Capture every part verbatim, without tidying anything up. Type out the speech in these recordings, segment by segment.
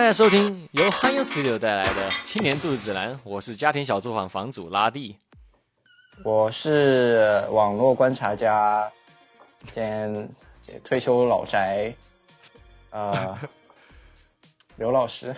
大家收听由 Hanyu Studio 带来的青年度指南，我是家庭小作坊房主拉蒂， 我是网络观察家兼退休老宅，呃，刘老师。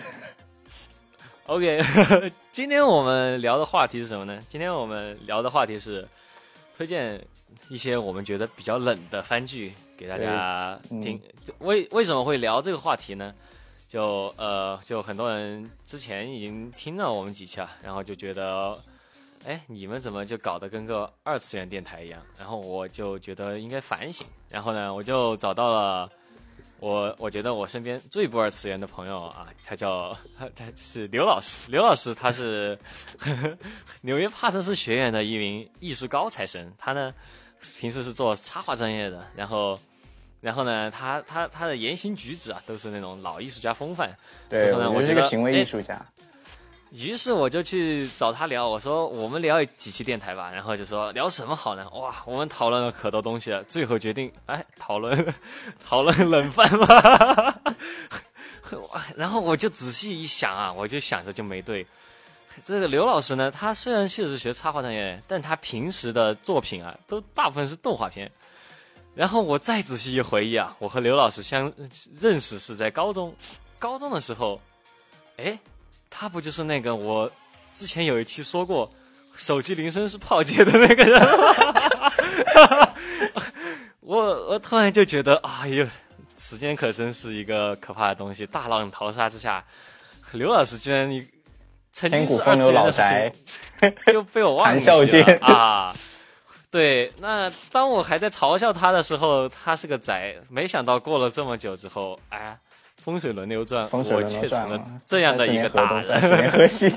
OK， 今天我们聊的话题是什么呢？今天我们聊的话题是推荐一些我们觉得比较冷的番剧给大家听。嗯、为为什么会聊这个话题呢？就呃，就很多人之前已经听了我们几期了，然后就觉得，哎，你们怎么就搞得跟个二次元电台一样？然后我就觉得应该反省，然后呢，我就找到了我我觉得我身边最不二次元的朋友啊，他叫他是刘老师，刘老师他是呵呵纽约帕森斯学院的一名艺术高材生，他呢平时是做插画专业的，然后。然后呢，他他他的言行举止啊，都是那种老艺术家风范。 对， 呢我是个行为艺术家。 于是我就去找他聊，我说我们聊几期电台吧，然后就说聊什么好呢？哇，我们讨论了可多东西了，最后决定哎讨论讨论冷饭吧。然后我就仔细一想啊，我就想着就没对。这个刘老师呢，他虽然确实学插画专业，但他平时的作品啊，都大部分是动画片。然后我再仔细一回忆啊，我和刘老师相认识是在高中，高中的时候，哎，他不就是那个我之前有一期说过手机铃声是炮姐的那个人吗？我我突然就觉得，哎呦，时间可真是一个可怕的东西，大浪淘沙之下，刘老师居然你曾经是二次元的事情就被我忘记了啊。对，那当我还在嘲笑他的时候，他是个宅，没想到过了这么久之后，哎呀，风水轮流转， 风水轮流转我却成了这样的一个大人。 三十年河西。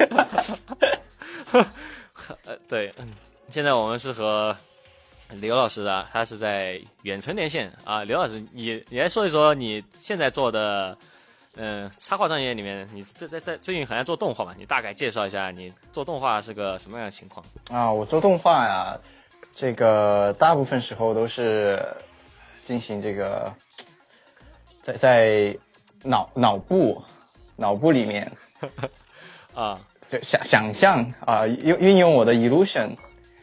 呃，对，现在我们是和刘老师的，他是在远程连线啊。刘老师，你你来说一说你现在做的，嗯、呃，插画专业里面，你在在在最近好像做动画嘛？你大概介绍一下你做动画是个什么样的情况啊？我做动画呀。这个大部分时候都是进行这个在在脑脑部脑部里面啊， 就想想象啊，运运用我的 illusion。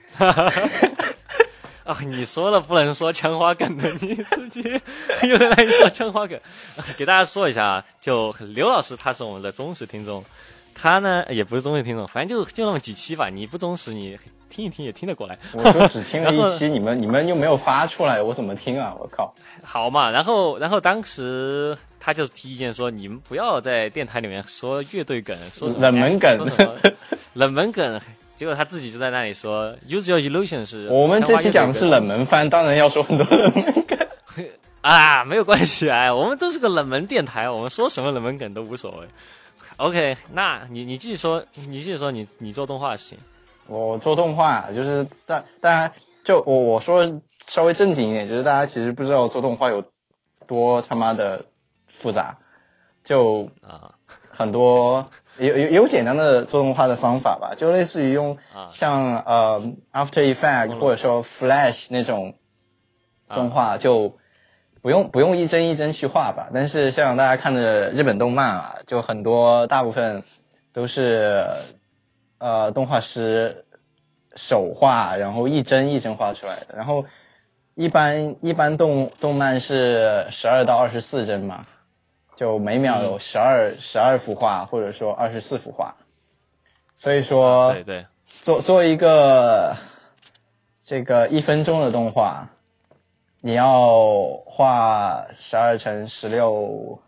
啊，你说了不能说枪花梗的，你自己又来说枪花梗，给大家说一下啊，就刘老师他是我们的忠实听众。他呢也不是忠实听众，反正就就那么几期吧。你不忠实，你听一听也听得过来。 我说只听了一期，你们你们又没有发出来，我怎么听啊？我靠！ 好嘛，然后然后当时他就提意见说，你们不要在电台里面说乐队梗，说什么冷门梗， 说什么冷门梗。结果他自己就在那里说 ，Use your illusion 是。 我们这期讲的是冷门番，当然要说很多冷门梗啊，没有关系哎，我们都是个冷门电台，我们说什么冷门梗都无所谓。OK， 那你你继续说，你继续说你你做动画的事情。 我做动画就是大大家就我我说稍微正经一点，就是大家其实不知道做动画有多他妈的复杂，就啊很多有有有简单的做动画的方法吧，就类似于用像呃 After Effects 或者说 Flash 那种动画就。不用不用一帧一帧去画吧，但是像大家看的日本动漫啊，就很多大部分都是呃动画师手画，然后一帧一帧画出来的。然后一般一般动动漫是十二到二十四帧嘛，就每秒有十二十二幅画，或者说二十四幅画。所以说， 对对， 做做一个这个一分钟的动画。你要画十二乘十六，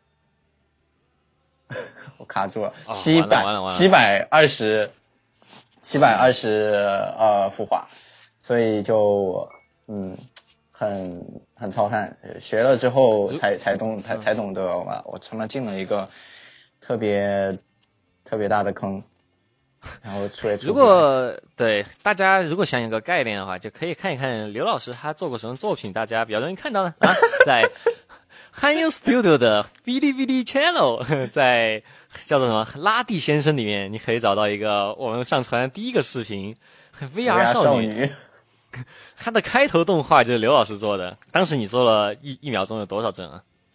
我卡住了，七百七百二十，七百二十呃幅画，所以就嗯很很操蛋，学了之后才才懂才才懂得我我他妈进了一个特别特别大的坑。然后出来出如果对大家如果想有个概念的话，就可以看一看刘老师他做过什么作品，大家比较容易看到呢啊，在 Hanyu Studio 的哔哩哔哩 Channel， 在叫做什么拉蒂先生里面，你可以找到一个我们上传的第一个视频 V R 少女，它的开头动画就是刘老师做的，当时你做了一一秒钟有多少帧啊？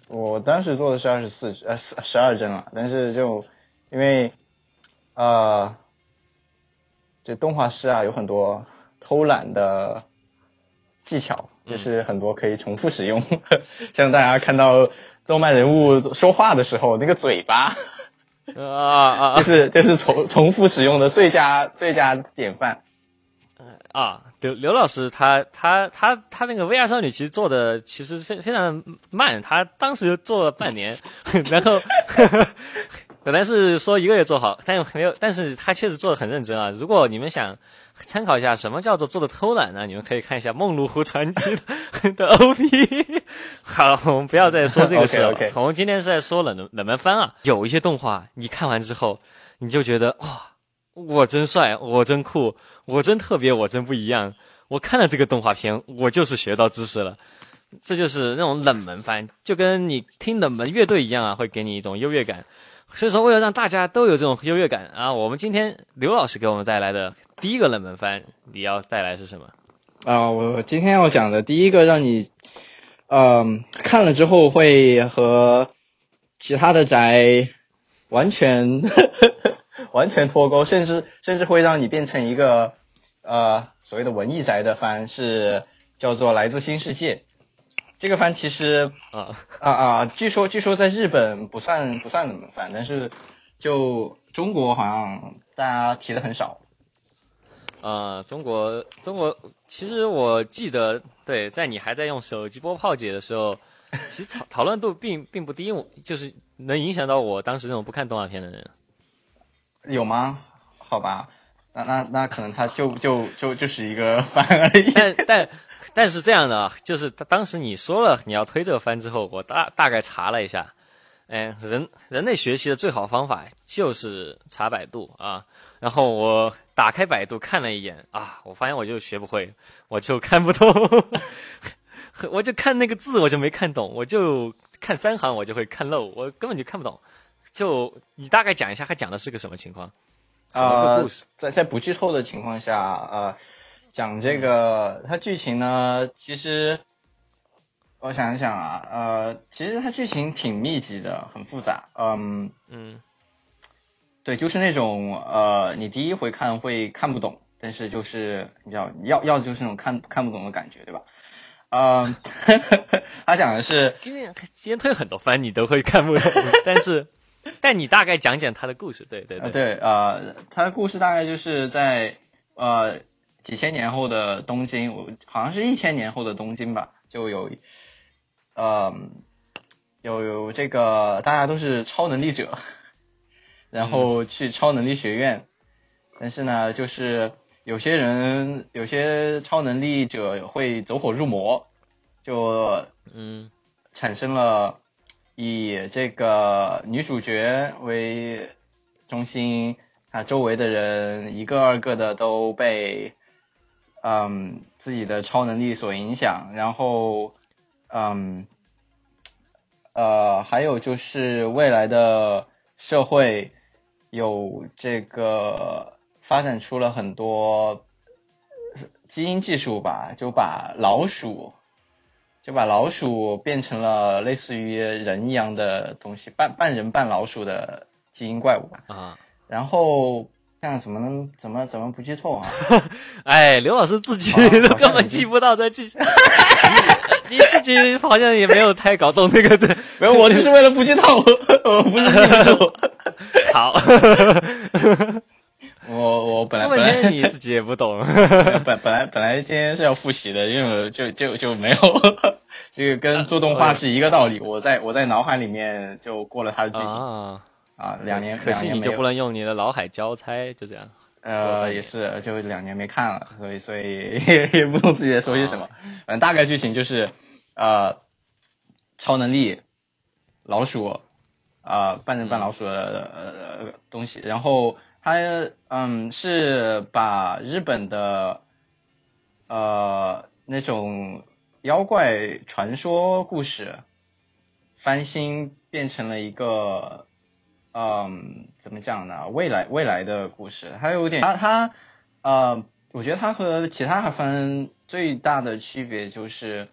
我当时做的是二十四呃十二帧了，但是就因为呃这动画师啊有很多偷懒的技巧，就是很多可以重复使用，嗯、像大家看到动漫人物说话的时候那个嘴巴。 啊啊， 就是就是重重复使用的最佳最佳典范。 啊，刘刘老师他他他他那个 V R 少女其实做的其实非非常慢，他当时做了半年，然后本来是说一个月做好，但没有，但是他确实做的很认真啊。如果你们想参考一下什么叫做做的偷懒呢？你们可以看一下《梦露湖传奇》的 O P。好，我们不要再说这个事了。 okay, okay. 我们今天是在说冷冷门番啊，有一些动画你看完之后，你就觉得哇。我真帅，我真酷，我真特别，我真不一样。我看了这个动画片，我就是学到知识了。这就是那种冷门番，就跟你听冷门乐队一样啊，会给你一种优越感。所以说，为了让大家都有这种优越感啊，我们今天刘老师给我们带来的第一个冷门番，你要带来是什么？ 啊、呃，我今天要讲的第一个让你，嗯、呃，看了之后会和其他的宅完全。完全脱钩，甚至甚至会让你变成一个呃所谓的文艺宅的番，是叫做《来自新世界》。这个番其实啊啊啊，据说据说在日本不算不算冷门番，但是就中国好像大家提的很少。 呃，中国中国，其实我记得，对，在你还在用手机播炮姐的时候，其实讨讨论度并并不低，就是能影响到我当时那种不看动画片的人。 有吗？好吧，那那那可能他就就就就是一个番而已。 但但但是这样的，就是当时你说了你要推这个番之后，我大大概查了一下，哎，人人类学习的最好方法就是查百度啊。然后我打开百度看了一眼啊，我发现我就学不会，我就看不懂，我就看那个字我就没看懂，我就看三行我就会看漏，我根本就看不懂。就你大概讲一下，他讲的是个什么情况？什么个故事？ 呃、在在不剧透的情况下，呃，讲这个，它剧情呢，其实我想一想啊，呃，其实它剧情挺密集的，很复杂。嗯嗯，对，就是那种呃，你第一回看会看不懂，但是就是你知道，要要就是那种看看不懂的感觉，对吧？嗯，他讲的是今天今天推很多番你都会看不懂，但是。但你大概讲讲他的故事，对对对， 对，呃，他的故事大概就是在呃几千年后的东京，我好像是一千年后的东京吧，就有呃有有这个大家都是超能力者，然后去超能力学院，嗯、但是呢，就是有些人有些超能力者会走火入魔，就嗯产生了。以这个女主角为中心，她周围的人一个二个的都被嗯自己的超能力所影响，然后嗯呃还有就是未来的社会有这个发展出了很多基因技术吧，就把老鼠。就把老鼠变成了类似于人一样的东西，半半人半老鼠的基因怪物吧。啊，然后像怎么能怎么怎么不剧透啊？ 哎，刘老师自己都根本记不到在剧情，你, 你自己好像也没有太搞懂那个这， 没有，我就是为了不剧透，我不是记不住。 好。 我我本来本来你自己也不懂， 本本来本来今天是要复习的，因为我就就就没有这个跟做动画是一个道理，我在我在脑海里面就过了它的剧情啊啊，两年可惜你就不能用你的脑海交差，就这样。 呃，也是，就两年没看了，所以所以也不懂自己在说些什么。反正大概剧情就是呃，超能力老鼠啊、呃，半人半老鼠的、呃、东西，然后。他嗯是把日本的呃那种妖怪传说故事翻新变成了一个嗯怎么讲呢未来未来的故事，它有点它它呃我觉得它和其他番最大的区别就是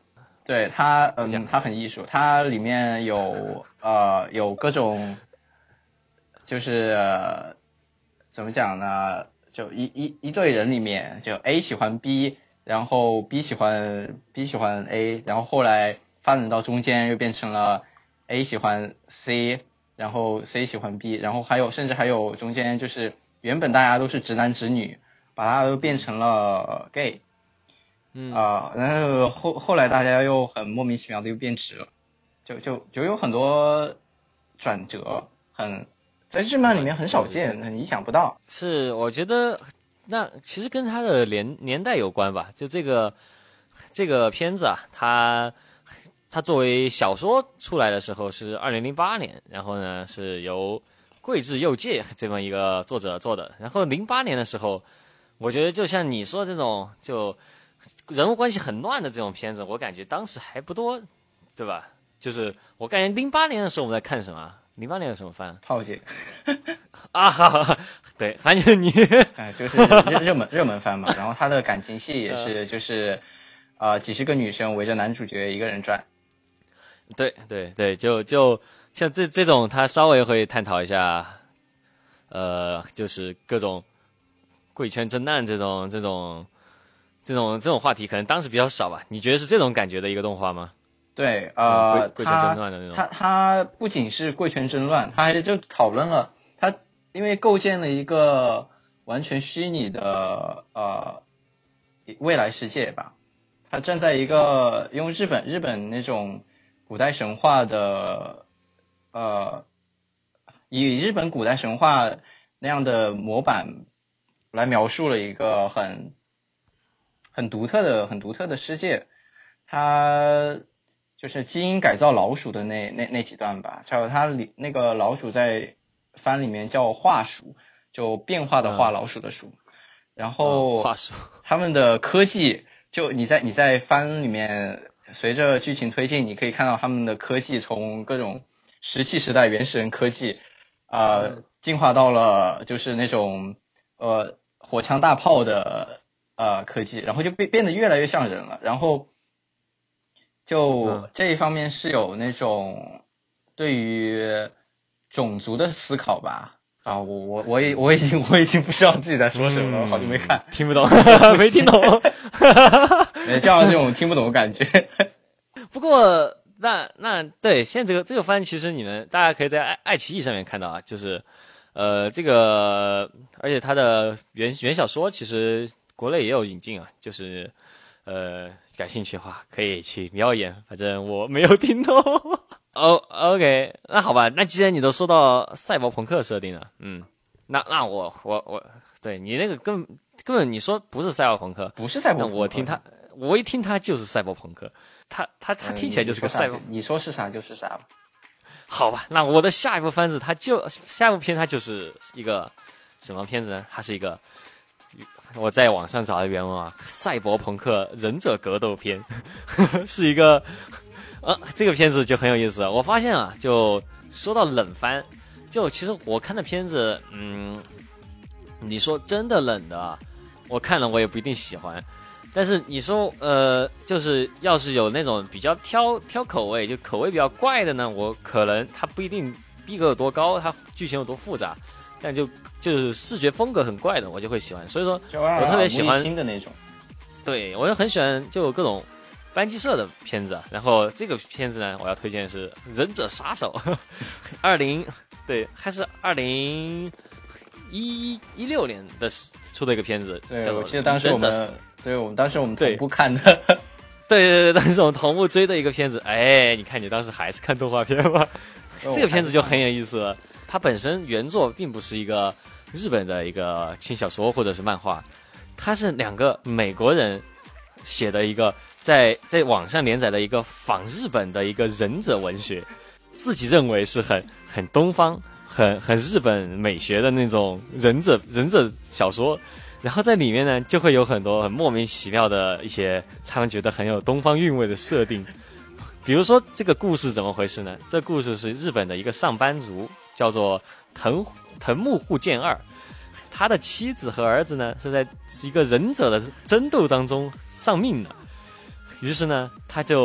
对它，嗯，它很艺术，它里面有呃有各种，就是、呃、怎么讲呢？就一一一队人里面，就 A 喜欢 B， 然后 B 喜欢 B 喜欢 A， 然后后来发展到中间又变成了 A 喜欢 C， 然后 C 喜欢 B， 然后还有甚至还有中间就是原本大家都是直男直女，把它都变成了 gay。 嗯啊、呃，然后后后来大家又很莫名其妙的又变直了，就就就有很多转折，很在日漫里面很少见，很意想不到。 是，我觉得那其实跟它的年年代有关吧。就这个这个片子啊，它它作为小说出来的时候是二零零八年，然后呢是由桂志佑介这么一个作者做的。然后零八年的时候，我觉得就像你说这种就。人物关系很乱的这种片子，我感觉当时还不多，对吧？就是我感觉零八年的时候我们在看什么？零八年有什么番？ 炮姐啊，哈哈，对，反正你， 哎，就是热热门热门番嘛。然后他的感情戏也是，就是呃几十个女生围着男主角一个人转。 对对对，就就像这这种，他稍微会探讨一下，呃，就是各种贵圈真难这种这种。这种这种话题可能当时比较少吧？你觉得是这种感觉的一个动画吗？ 对，呃， 贵圈争乱的那种。 它它不仅是贵圈争乱，它还就讨论了它，因为构建了一个完全虚拟的呃未来世界吧。它站在一个用日本日本那种古代神话的呃以日本古代神话那样的模板来描述了一个很。很独特的、很独特的世界，它就是基因改造老鼠的那那那几段吧。还有它里那个老鼠在番里面叫化鼠，就变化的化老鼠的鼠。嗯、然后化鼠， 他们的科技，就你在你在番里面随着剧情推进，你可以看到他们的科技从各种石器时代原始人科技，呃，嗯、进化到了就是那种呃火枪大炮的。呃，科技，然后就变变得越来越像人了，然后就这一方面是有那种对于种族的思考吧。啊，我我我也我已经我已经不知道自己在说什么了，嗯、好久没看， 听不懂，没听懂， 这样这种听不懂的感觉。 不过那那对，现在这个这个番其实你们大家可以在爱爱奇艺上面看到啊，就是呃这个，而且它的原原小说其实。国内也有引进啊，就是呃感兴趣的话可以去瞄一眼，反正我没有听懂。哦、oh, ，OK， 那好吧，那既然你都说到赛博朋克设定了，嗯，那那我我我对你那个根根本你说不是赛博朋克， 不是赛博朋克， 那我听他，我一听他就是赛博朋克，他他他听起来就是个赛博、 嗯，你说是啥就是啥吧。 好吧，那我的下一部番子，它就下一部片它就是一个什么片子呢？它是一个。我在网上找的原文啊，赛博朋克忍者格斗片是一个，呃，这个片子就很有意思。我发现啊，就说到冷番，就其实我看的片子，嗯，你说真的冷的，我看了我也不一定喜欢。但是你说，呃，就是要是有那种比较挑挑口味，就口味比较怪的呢，我可能它不一定逼格有多高，它剧情有多复杂，但就。就是视觉风格很怪的，我就会喜欢，所以说我特别喜欢新的那种。 对，我就很喜欢就有各种班级社的片子。然后这个片子呢，我要推荐的是《忍者杀手》，二零对，还是二零一一六年的出的一个片子。 对，我记得当时我们，对我们当时我们同步看的。 对对对，当时我们同步追的一个片子。哎，你看你当时还是看动画片吗？这个片子就很有意思了。它本身原作并不是一个日本的一个轻小说或者是漫画，它是两个美国人写的一个在在网上连载的一个仿日本的一个忍者文学，自己认为是很很东方、很很日本美学的那种忍者忍者小说，然后在里面呢就会有很多很莫名其妙的一些他们觉得很有东方韵味的设定。比如说这个故事怎么回事呢？这故事是日本的一个上班族，叫做藤藤木户健二，他的妻子和儿子呢是在一个忍者的争斗当中丧命的，于是呢他就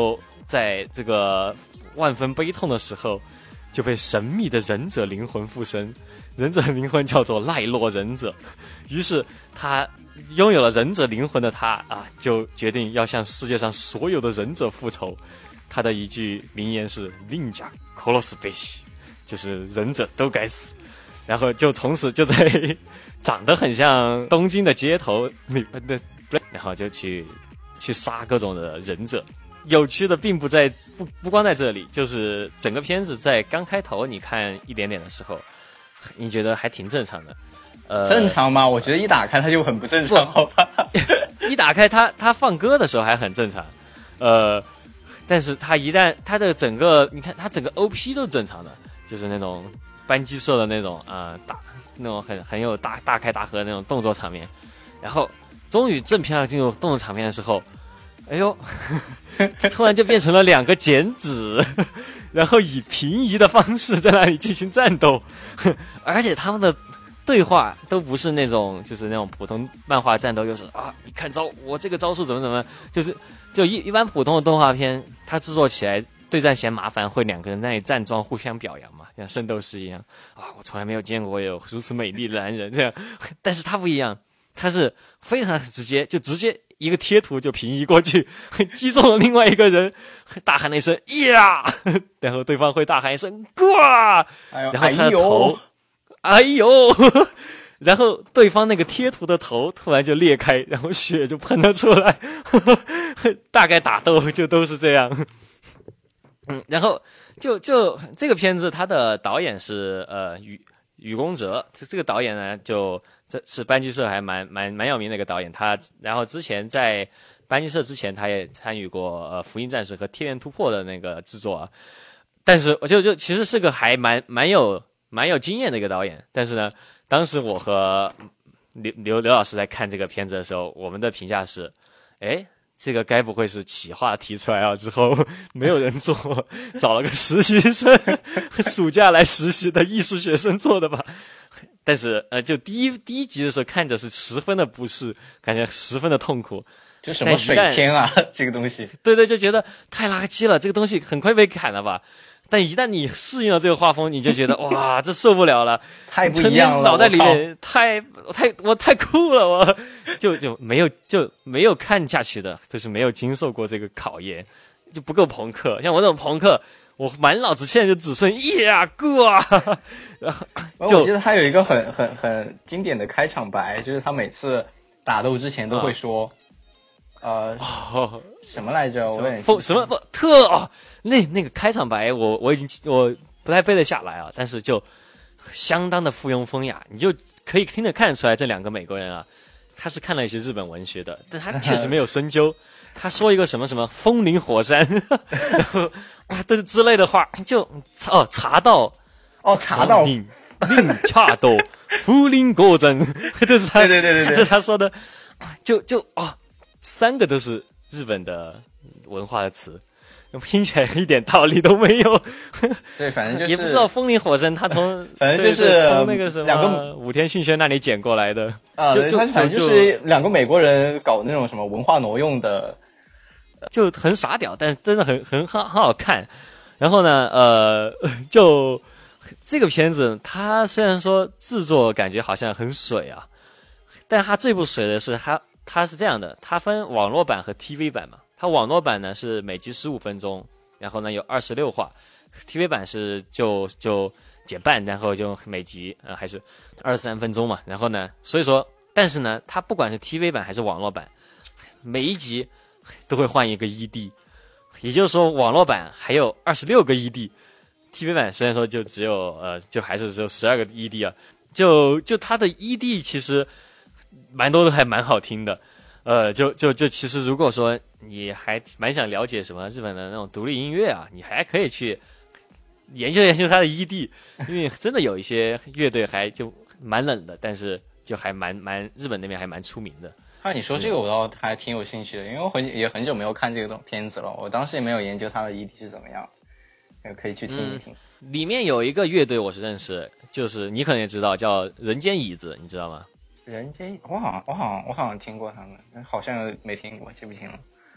在这个万分悲痛的时候，就被神秘的忍者灵魂附身，忍者灵魂叫做赖洛忍者。于是他拥有了忍者灵魂的他啊，就决定要向世界上所有的忍者复仇。他的一句名言是 Ninja Cross Space， 就是忍者都该死。然后就从此就在长得很像东京的街头里面的，然后就去去杀各种的忍者。有趣的并不在不不光在这里，就是整个片子在刚开头你看一点点的时候，你觉得还挺正常的。呃， 正常吗？我觉得一打开它就很不正常，好吧？ 一打开它它放歌的时候还很正常，呃，但是它一旦它的整个你看它整个 O P 都正常的，就是那种班机社的那种啊、呃、大那种很很有大大开大合的那种动作场面，然后终于正片要进入动作场面的时候，哎呦，突然就变成了两个剪纸，然后以平移的方式在那里进行战斗，而且他们的对话都不是那种就是那种普通漫画战斗，就是啊你看招我这个招数怎么怎么，就是就一一般普通的动画片，它制作起来对战嫌麻烦，会两个人在那里站桩互相表扬嘛，像圣斗士一样啊，我从来没有见过有如此美丽的男人这样，但是他不一样，他是非常直接，就直接一个贴图就平移过去，击中了另外一个人，大喊了一声呀，然后对方会大喊一声哇，然后他的头哎呦，然后对方那个贴图的头突然就裂开，然后血就喷了出来，大概打斗就都是这样。嗯，然后就就这个片子，他的导演是呃雨雨宫哲，这个导演呢，就这是班机社还蛮蛮蛮有名的一个导演。他然后之前在班机社之前，他也参与过呃《福音战士》和《天元突破》的那个制作啊。但是我就就其实是个还蛮蛮有蛮有经验的一个导演。但是呢，当时我和刘刘刘老师在看这个片子的时候，我们的评价是，哎。这个该不会是企划提出来了之后没有人做，找了个实习生，暑假来实习的艺术学生做的吧？但是呃，就第一第一集的时候看着是十分的不适，感觉十分的痛苦。 就什么水片啊，这个东西。 对对，就觉得太垃圾了，这个东西很快被砍了吧？但一旦你适应了这个画风，你就觉得哇，这受不了了， 太不一样了， 脑袋里面太太我太酷了，我就就没有就没有看下去的，就是没有经受过这个考验，就不够朋克。像我这种朋克，我满脑子现在就只剩呀哥啊，然后就我记得他有一个很很很经典的开场白，就是他每次打斗之前都会说，嗯、呃。哦什么来着？我有点风什么不特哦，那那个开场白我我已经我不太背得下来啊，但是就相当的附庸风雅，你就可以听得看得出来这两个美国人啊，他是看了一些日本文学的，但他确实没有深究。他说一个什么什么风林火山，然后啊这之类的话，就哦茶道哦茶道令令恰斗福林果真，这是他对对对对对， 这是他说的，就就哦三个都是。日本的文化的词，听起来一点道理都没有。 对，反正就是也不知道风林火山，他从反正就是从那个什么两个武田信玄那里捡过来的。 啊，就就反正就是两个美国人搞那种什么文化挪用的， 就很傻屌，但真的很很很很好看。然后呢，呃，就这个片子，它虽然说制作感觉好像很水啊，但它最不水的是它。它是这样的，它分网络版和 T V 版嘛。它网络版呢是每集十五分钟，然后呢有二十六话 ，T V 版是就就减半，然后就每集呃还是二十三分钟嘛。然后呢，所以说，但是呢，它不管是 T V 版还是网络版，每一集都会换一个 E D， 也就是说网络版还有二十六个 E D，T V 版虽然说就只有呃就还是只有十二个 E D 啊，就就它的 E D 其实。蛮多都还蛮好听的，呃，就就就其实如果说你还蛮想了解什么日本的那种独立音乐啊，你还可以去研究研究它的 E D， 因为真的有一些乐队还就蛮冷的，但是就还蛮蛮日本那边还蛮出名的。 啊，你说这个我倒还挺有兴趣的，因为我很也很久没有看这个片子了，我当时也没有研究它的 E D 是怎么样，也可以去听一听、 嗯。里面有一个乐队我是认识，就是你可能也知道，叫人间椅子，你知道吗？ 人间，我好像我好像我好像听过他们，好像没听过，记不清了。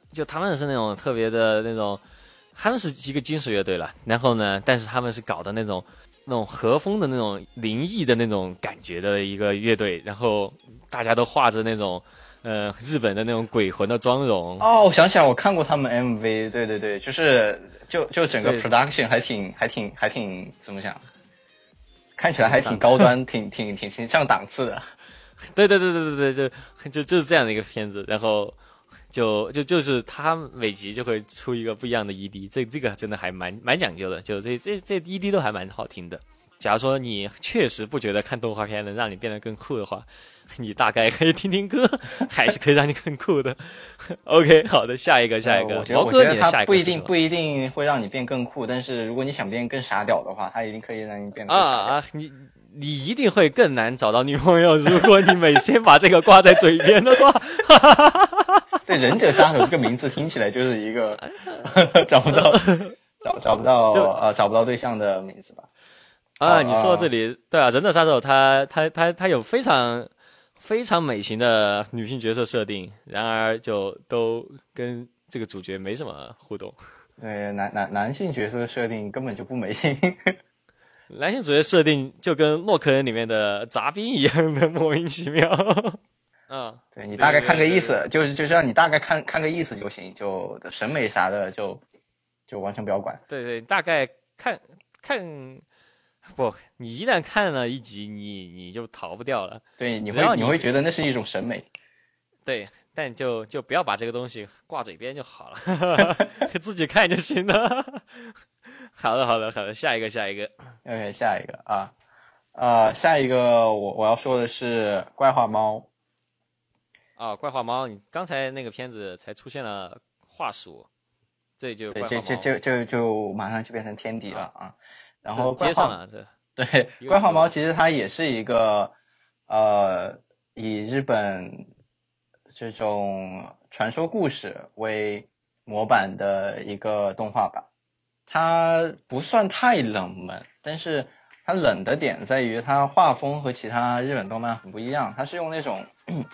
就他们是那种特别的那种，他们是一个金属乐队了，然后呢，但是他们是搞的那种那种和风的那种灵异的那种感觉的一个乐队，然后大家都画着那种呃日本的那种鬼魂的妆容。 哦，我想起来，我看过他们 M V， 对对对，就是就就整个 production 还挺还挺还挺怎么讲，看起来还挺高端，挺挺挺挺上档次的。 对对对对对对，就就就是这样的一个片子，然后就就就是他每集就会出一个不一样的 E D， 这这个真的还蛮蛮讲究的，就这这这 E D 都还蛮好听的。假如说你确实不觉得看动画片能让你变得更酷的话，你大概可以听听歌，还是可以让你更酷的。OK， 好的，下一个下一个， 呃、我觉得毛哥你的下一个不一定不一定会让你变更酷，但是如果你想变更傻屌的话，它一定可以让你变更啊啊你。你一定会更难找到女朋友，如果你每天把这个挂在嘴边的话。 对，忍者杀手这个名字听起来就是一个找不到找找不到呃找不到对象的名字吧？ 啊，你说到这里，对啊，忍者杀手他他他他有非常非常美型的女性角色设定，然而就都跟这个主角没什么互动。 对，男男男性角色设定根本就不美型。 男性主角设定就跟洛克人里面的杂兵一样的莫名其妙。嗯， 对你大概看个意思，就是就是让你大概看看个意思就行，就审美啥的就就完全不要管。 对对，大概看看不，你一旦看了一集，你你就逃不掉了。 对，你会你你会觉得那是一种审美。 对，但就就不要把这个东西挂嘴边就好了，自己看就行了。好的，好的，好的，下一个，下一个。 OK， 下一个啊，呃，下一个我我要说的是怪话猫。 啊，怪话猫，你刚才那个片子才出现了话术，这就怪话猫， 对，就就就就马上就变成天敌了啊。然后接上了， 对，对，怪话猫其实它也是一个呃以日本这种传说故事为模板的一个动画吧。它不算太冷门，但是它冷的点在于它画风和其他日本动漫很不一样，它是用那种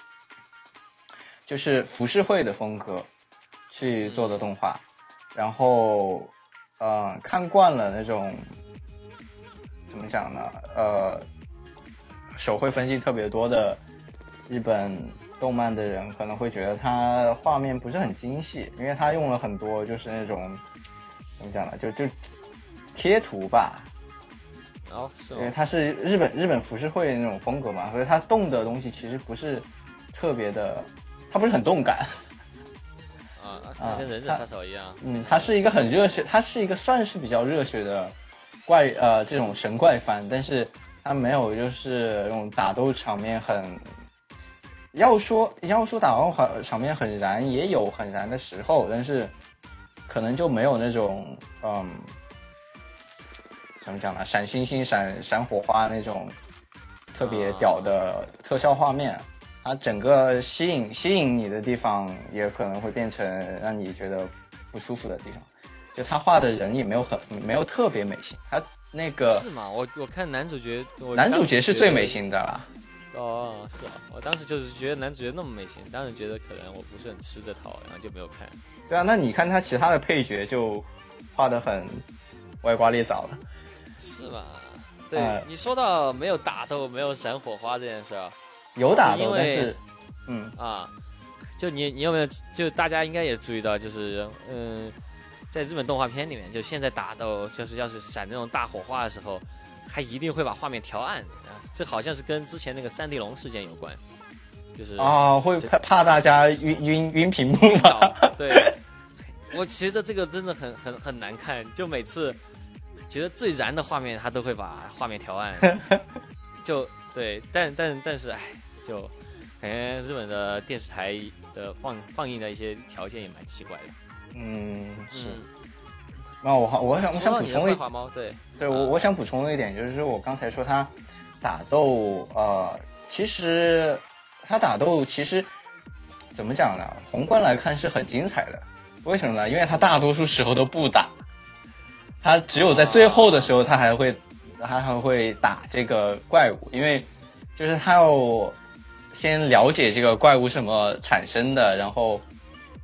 就是浮世绘的风格去做的动画，然后呃看惯了那种怎么讲呢，呃手绘分析特别多的日本动漫的人可能会觉得它画面不是很精细，因为它用了很多就是那种怎么讲呢？就就贴图吧， 哦，是哦， 因为它是日本日本浮世绘那种风格嘛，所以它动的东西其实不是特别的，它不是很动感。 啊，它跟忍者杀手一样。 嗯，它是一个很热血，它是一个算是比较热血的怪呃这种神怪番，但是它没有就是那种打斗场面很。要说要说打斗场面很燃，也有很燃的时候，但是。可能就没有那种嗯，怎么讲呢？闪星星、闪闪火花那种特别屌的特效画面，它整个吸引吸引你的地方，也可能会变成让你觉得不舒服的地方。就他画的人也没有很没有特别美型，他那个是吗？我我看男主角， 男主角是最美型的啦。 哦，是啊，我当时就是觉得男主角那么美型，当时觉得可能我不是很吃这套，然后就没有看。 对啊，那你看他其他的配角就画得很歪瓜裂枣了， 是吧？对、呃，你说到没有打斗、没有闪火花这件事儿， 有打斗， 但是嗯啊，就你你有没有？就大家应该也注意到，就是嗯，在日本动画片里面，就现在打斗，就是要是闪那种大火花的时候，他一定会把画面调暗。这好像是跟之前那个三地龙事件有关，就是啊，会怕怕大家晕晕晕屏幕吧？ 对，我觉得这个真的很很很难看，就每次觉得最燃的画面，他都会把画面调暗，就对，但但但是哎，就感觉日本的电视台的放放映的一些条件也蛮奇怪的。 嗯，是。那、嗯、我我想我想补充一对对我我想补充一点，就是说我刚才说他。打斗呃，其实他打斗其实怎么讲呢？宏观来看是很精彩的。为什么呢？因为他大多数时候都不打，他只有在最后的时候他还会他还会打这个怪物，因为就是他要先了解这个怪物是怎么产生的，然后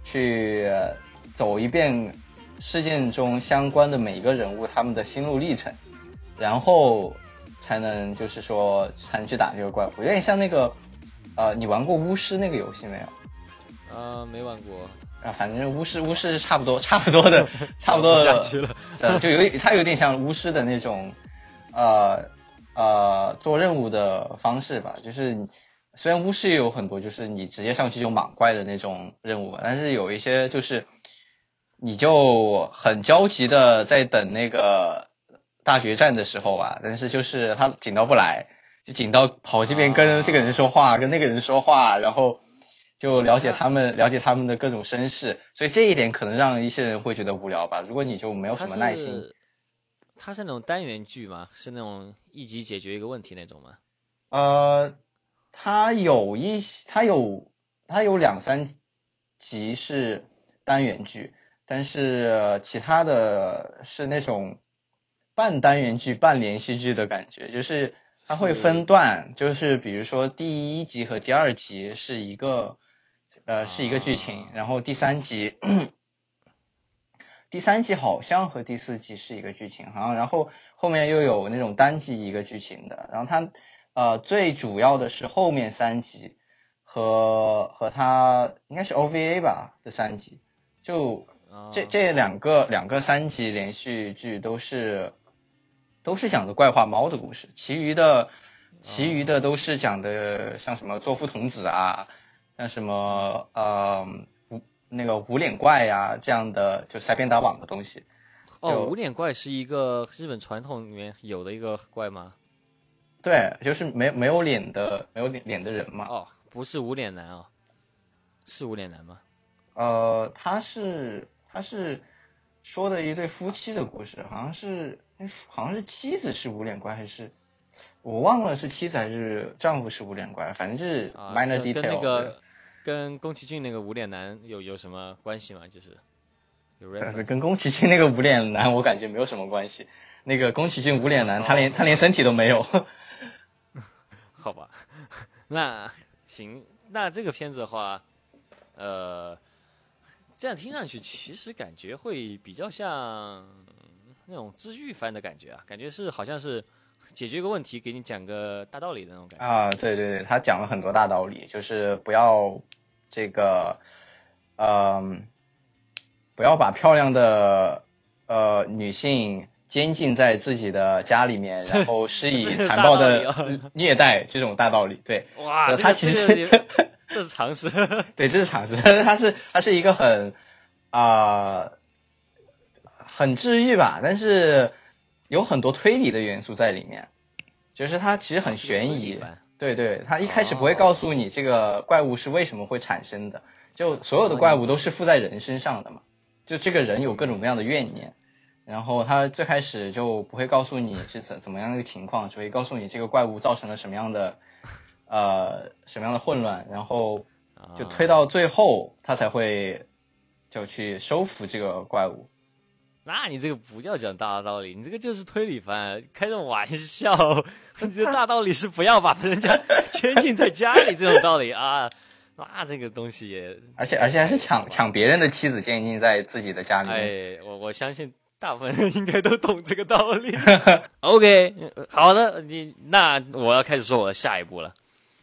去走一遍事件中相关的每一个人物他们的心路历程，然后才能就是说才能去打这个怪物，有点像那个呃，你玩过巫师那个游戏没有？ 呃，没玩过。 啊，反正巫师巫师是差不多差不多的差不多的，呃，就有它有点像巫师的那种呃呃做任务的方式吧，就是虽然巫师也有很多就是你直接上去就莽怪的那种任务，但是有一些就是你就很焦急的在等那个大决战的时候啊，但是就是他紧到不来，就紧到跑这边跟这个人说话、啊、跟那个人说话，然后就了解他们了解他们的各种身世，所以这一点可能让一些人会觉得无聊吧。如果你就没有什么耐心， 它是那种单元剧吗？是那种一集解决一个问题那种吗？ 呃，它有一它有它有两三集是单元剧，但是其他的是那种半单元剧半连续剧的感觉，就是它会分段，就是比如说第一集和第二集是一个呃是一个剧情，然后第三集第三集好像和第四集是一个剧情，好像然后后面又有那种单集一个剧情的，然后它呃最主要的是后面三集和和它应该是 O V A 吧的三集，就这这两个两个三集连续剧都是都是讲的怪化猫的故事，其余的其余的都是讲的像什么作夫童子啊，像什么呃无那个无脸怪呀、啊、这样的就塞边打网的东西。 哦，无脸怪是一个日本传统里面有的一个怪吗？ 对，就是没没有脸的没有脸脸的人嘛。 哦，不是无脸男啊、哦，是无脸男吗？ 呃，他是他是说的一对夫妻的故事，好像是好像是妻子是无脸怪还是我忘了是妻子还是丈夫是无脸怪，反正是 minor、啊、detail。 跟那个跟宫崎骏那个无脸男有有什么关系吗？就是有 reference。 跟宫崎骏那个无脸男我感觉没有什么关系。那个宫崎骏无脸男他连他连身体都没有。 好吧，那行，那这个片子的话，呃，这样听上去其实感觉会比较像那种治愈番的感觉啊，感觉是好像是解决一个问题，给你讲个大道理的那种感觉啊。对对对，他讲了很多大道理，就是不要这个，嗯、呃，不要把漂亮的呃女性监禁在自己的家里面，然后施以残暴的虐待，这种大道理。对， 哇， 他其实、 这个、这是常识。 对，这是常识，它是它是一个很啊、呃、很治愈吧，但是有很多推理的元素在里面，就是它其实很悬疑。对对，它一开始不会告诉你这个怪物是为什么会产生的，就所有的怪物都是附在人身上的嘛，就这个人有各种各样的怨念。然后他最开始就不会告诉你是怎怎么样的一个情况，只会告诉你这个怪物造成了什么样的呃什么样的混乱，然后就推到最后他才会就去收服这个怪物。 那你这个不叫讲大道理，你这个就是推理番，开这种玩笑。你这大道理是不要把人家监禁在家里这种道理啊，那这个东西也而且而且还是抢抢别人的妻子监禁在自己的家里面。 哎，我我相信大部分人应该都懂这个道理。OK， 好的，你那我要开始说我的下一步了。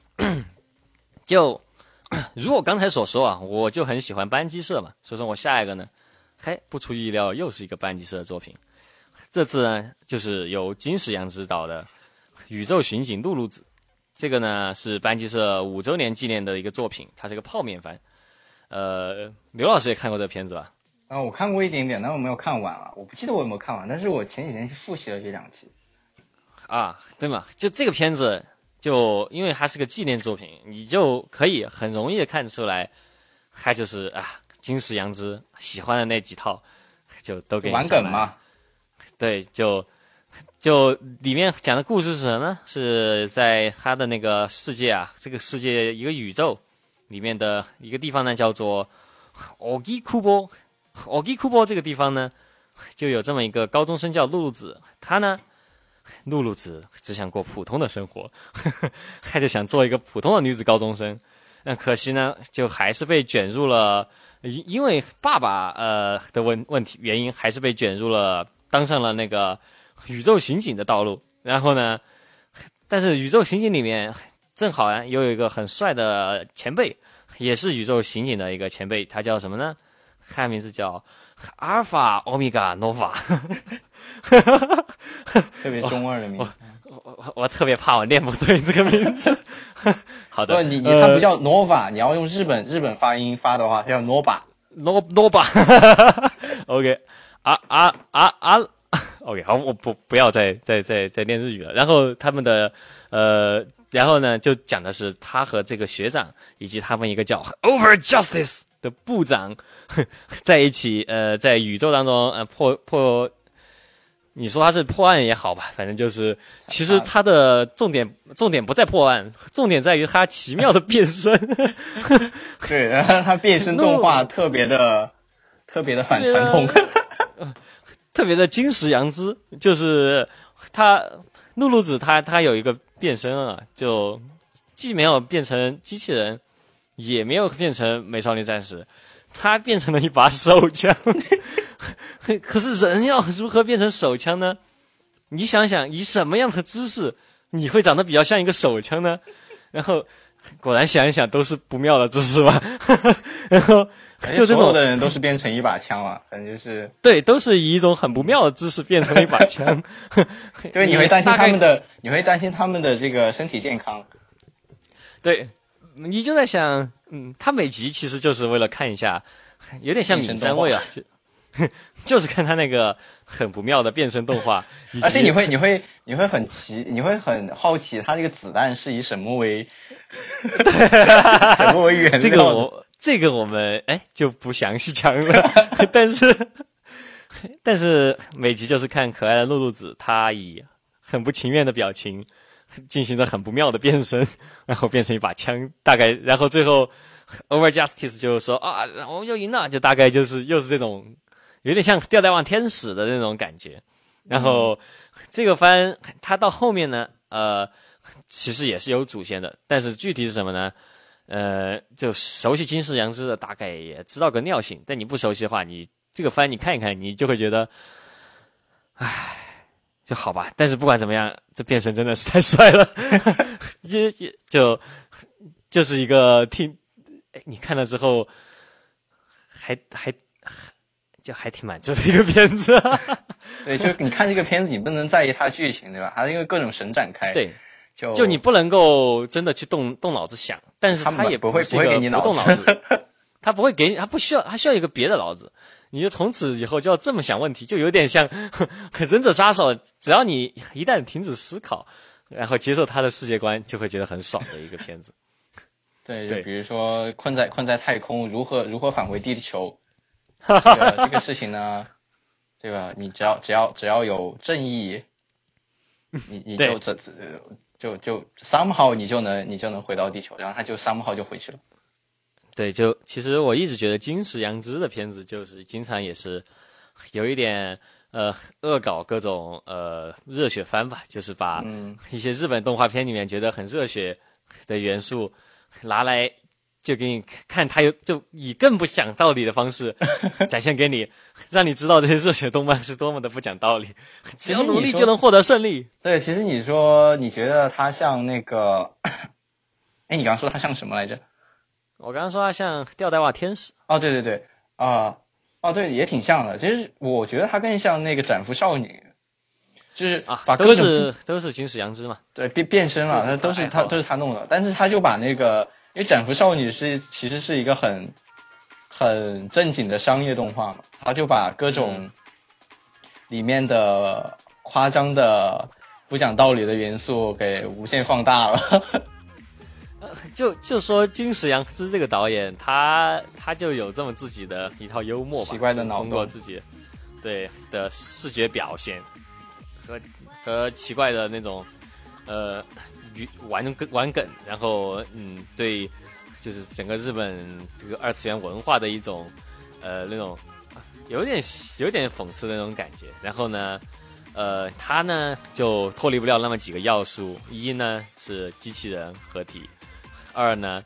就如我刚才所说啊，我就很喜欢班机社嘛，所以说我下一个呢，嘿，不出意料又是一个班机社的作品。这次呢，就是由金石阳执导的《宇宙巡警露露子》，这个呢是班机社五周年纪念的一个作品，它是个泡面番。呃，刘老师也看过这个片子吧？ 啊，我看过一点点，但我没有看完啊，我不记得我有没有看完，但是我前几天去复习了这两期。 啊，对嘛？就这个片子，就因为它是个纪念作品，你就可以很容易的看出来，它就是啊，金石阳之喜欢的那几套，就都给你玩梗嘛。 对，就就里面讲的故事是什么呢？是在他的那个世界啊，这个世界一个宇宙里面的一个地方呢，叫做奥基库波。奥基库波这个地方呢，就有这么一个高中生叫露露子，她呢，露露子只想过普通的生活，呵呵，还是想做一个普通的女子高中生。那可惜呢，就还是被卷入了因因为爸爸呃的问问题原因，还是被卷入了当上了那个宇宙刑警的道路。然后呢，但是宇宙刑警里面正好啊又有一个很帅的前辈，也是宇宙刑警的一个前辈，他叫什么呢？他名字叫阿尔法欧米伽诺法， 特别中二的名字。 我我我特别怕我念不对这个名字。好的， 不，你你它不叫 Nova，、呃、你要用日本日本发音发的话，它叫 Nova。No Nova。OK， 啊啊啊啊 ，OK， 好，我不不要再再再再念日语了。然后他们的呃，然后呢，就讲的是他和这个学长以及他们一个叫 Over Justice 的部长在一起，呃，在宇宙当中呃破破。你说他是破案也好吧，反正就是其实他的重点重点不在破案，重点在于他奇妙的变身。 对，然后他变身动画特别的特别的反传统， 特别的金石阳之，就是他露露子他他有一个变身啊，就既没有变成机器人，也没有变成美少女战士，他变成了一把手枪。可是人要如何变成手枪呢？你想想，以什么样的姿势你会长得比较像一个手枪呢？然后果然想一想都是不妙的姿势吧。然后就这种所有的人都是变成一把枪了，反正就是对，都是以一种很不妙的姿势变成了一把枪。 对，你会担心他们的，你会担心他们的这个身体健康。 对，你就在想，嗯，他每集其实就是为了看一下，有点像闵三位啊。就就是看他那个很不妙的变身动画， 而且你会你会你会很奇，你会很好奇他这个子弹是以什么为什么为原料的。 这个我这个我们哎就不详细讲了，但是但是每集就是看可爱的露露子，她以很不情愿的表情进行着很不妙的变身，然后变成一把枪，大概然后最后 Over Justice 就说啊我们就赢了，就大概就是又是这种。有点像吊带望天使的那种感觉，然后、嗯、这个番它到后面呢，呃，其实也是有主线的，但是具体是什么呢？呃，就熟悉金石阳之的大概也知道个尿性，但你不熟悉的话，你这个番你看一看，你就会觉得，唉，就好吧。但是不管怎么样，这变身真的是太帅了，也也就就是一个听，哎，你看了之后，还还。就还挺满足的一个片子。 对，就你看这个片子，你不能在意它剧情，对吧？它因为各种神展开， 对， 就就你不能够真的去动动脑子想，但是他也不会不会给你不动脑子，他不会给你，他不需要，他需要一个别的脑子。你就从此以后就要这么想问题，就有点像忍者杀手，只要你一旦停止思考，然后接受他的世界观，就会觉得很爽的一个片子。 对，就比如说困在困在太空，如何如何返回地球。这个这个事情呢，这个你只要只要只要有正义，你你就这就就 somehow 你就能你就能回到地球，然后他就 somehow 就回去了。 对，就其实我一直觉得金石阳之的片子就是经常也是有一点呃恶搞各种呃热血番吧，就是把一些日本动画片里面觉得很热血的元素拿来。就给你看，他有就以更不讲道理的方式展现给你，让你知道这些热血动漫是多么的不讲道理。只要努力就能获得胜利。 对，其实你说你觉得他像那个，哎，你刚刚说他像什么来着？ 我刚刚说他像吊带袜天使。 哦，对对对，啊、呃，哦对，也挺像的。其实我觉得他更像那个斩服少女，就是把各种、 啊、都是都是金石阳之嘛。 对，变变身了，他都是他都是他弄的，但是他就把那个。因为斩服少女是其实是一个很很正经的商业动画嘛，他就把各种里面的夸张的不讲道理的元素给无限放大了。 就就说金石阳之这个导演，他他就有这么自己的一套幽默吧， 奇怪的脑洞， 通过自己对的视觉表现和和奇怪的那种呃。玩玩梗，然后嗯，对，就是整个日本这个二次元文化的一种呃那种有点有点讽刺的那种感觉。然后呢，呃，他呢就脱离不了那么几个要素：一呢是机器人合体，二呢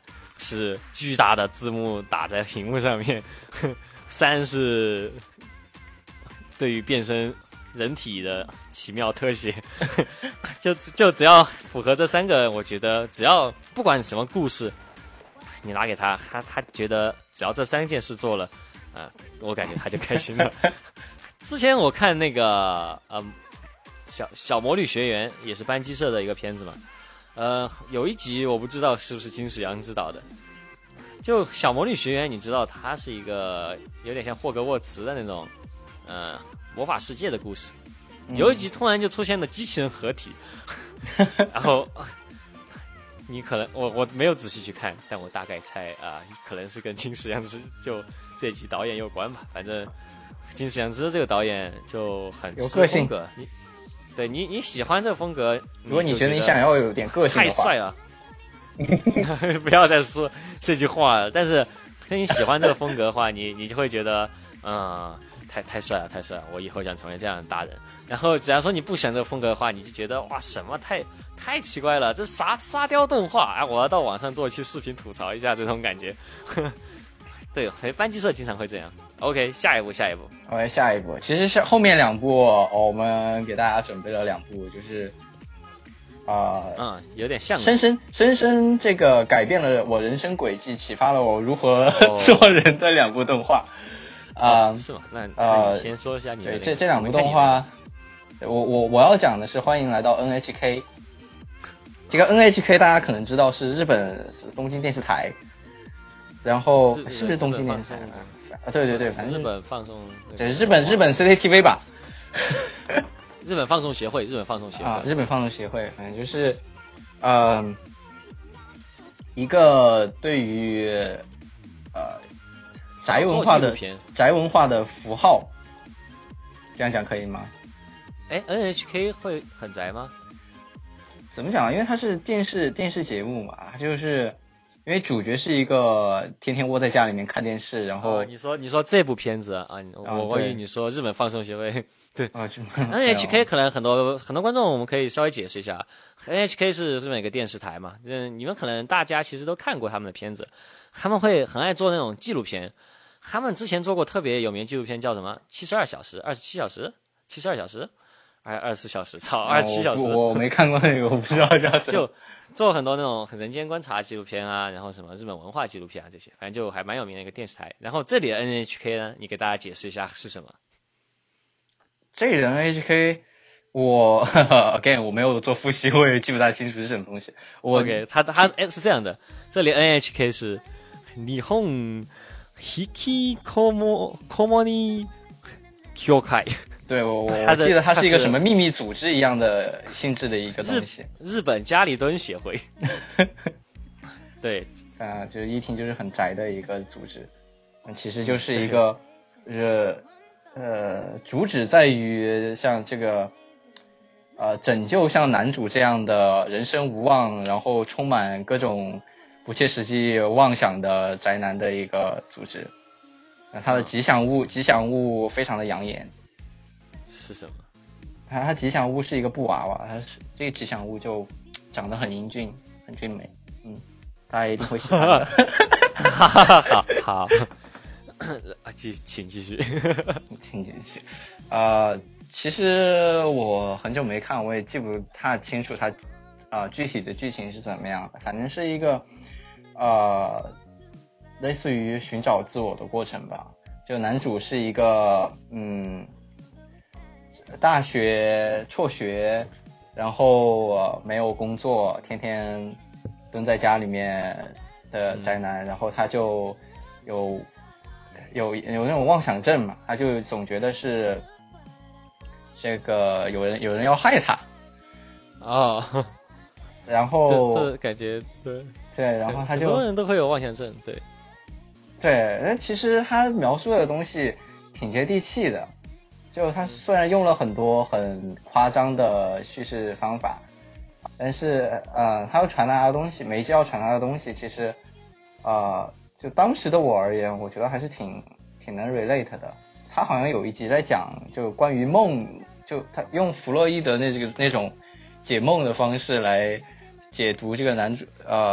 是巨大的字幕打在屏幕上面，三是对于变身人体的奇妙特写，就就只要符合这三个，我觉得只要不管什么故事，你拿给他，他他觉得只要这三件事做了，啊、呃，我感觉他就开心了。之前我看那个呃小小魔女学园也是班机社的一个片子嘛，呃有一集我不知道是不是金石阳指导的，就小魔女学园，你知道它是一个有点像霍格沃茨的那种呃魔法世界的故事，有一集突然就出现了机器人合体，然后你可能我我没有仔细去看，但我大概猜啊、呃，可能是跟金石阳之就这集导演有关吧，反正。金石阳之这个导演就很有个性， 你对你你喜欢这个风格， 如果你觉得你想要有点个性的话， 太帅了，不要再说这句话了。但是，ถ้า你喜欢这个风格的话，你你就会觉得，嗯，太太帅了，太帅了，我以后想成为这样的大人。然后，假如说你不喜欢这个风格的话，你就觉得哇，什么太太奇怪了，这沙沙雕动画啊！我要到网上做一期视频吐槽一下这种感觉。对，班级社经常会这样。OK， 下一步，下一步。 OK， 下一步，其实是后面两部、哦，我们给大家准备了两部，就是啊，呃、 嗯，有点像， 深深深深这个改变了我人生轨迹，启发了我如何、哦、做人的两部动画。啊、 呃，是吗？那那你先说一下你的、那个。对，这这两部动画，我我我要讲的是欢迎来到 N H K。这个 N H K 大家可能知道是日本东京电视台。然后是不是东京电视台啊？对对对，反正日本放送， 对日本日本 C C T V 吧， 日本放送协会，日本放送协会啊，日本放送协会，反正就是，呃，一个对于呃宅文化的宅文化的符号，这样讲可以吗？ 哎 ，N H K 会很宅吗？ 怎么讲？因为它是电视电视节目嘛，它就是。因为主角是一个天天窝在家里面看电视，然后、 啊、你说你说这部片子啊，我我以为你说日本放送协会，对啊 ，N H K 可能很多很多观众我们可以稍微解释一下 ，N H K 是日本一个电视台嘛，嗯，你们可能大家其实都看过他们的片子，他们会很爱做那种纪录片，他们之前做过特别有名纪录片叫什么？七十二小时、二十七小时、七十二小时，还二十四小时？操，二十七小时！ 我我没看过那个，我不知道叫什么。 就做很多那种人间观察纪录片啊，然后什么日本文化纪录片啊这些，反正就还蛮有名的一个电视台。然后这里的 N H K 呢，你给大家解释一下是什么？ 这里的 N H K， 我呵呵 again 我没有做复习，我也记不大清楚是什么东西。我 OK， 它它是这样的，这里 N H K 是日本引こもこもり協会。 对，我我记得它是一个什么秘密组织一样的性质的一个东西。 日, 日本家里蹲协会。对， 啊、呃，就是一听就是很宅的一个组织，嗯，其实就是一个，呃呃，主旨在于像这个，呃，拯救像男主这样的人生无望，然后充满各种不切实际妄想的宅男的一个组织。那、呃、它的吉祥物，吉祥物非常的养眼。 是什么？ 它它吉祥物是一个布娃娃，它是这个吉祥物就长得很英俊，很俊美，嗯，大家一定会喜欢的。 好好，啊，继请继续， 请继续。呃，其实我很久没看，我也记不太清楚它啊、呃、具体的剧情是怎么样的，反正是一个呃类似于寻找自我的过程吧。就男主是一个嗯。大学辍学，然后、呃、没有工作，天天蹲在家里面的宅男，嗯、然后他就有有有那种妄想症嘛，他就总觉得是这个有人有人要害他啊、哦， 然后这这感觉对对，然后他就很多人都会有妄想症，对对，那其实他描述的东西挺接地气的。就他虽然用了很多很夸张的叙事方法，但是呃，他要传达的东西，媒介要传达的东西，其实呃，就当时的我而言，我觉得还是挺挺能 relate 的。他好像有一集在讲，就关于梦，就他用弗洛伊德那这个那种解梦的方式来解读这个男主呃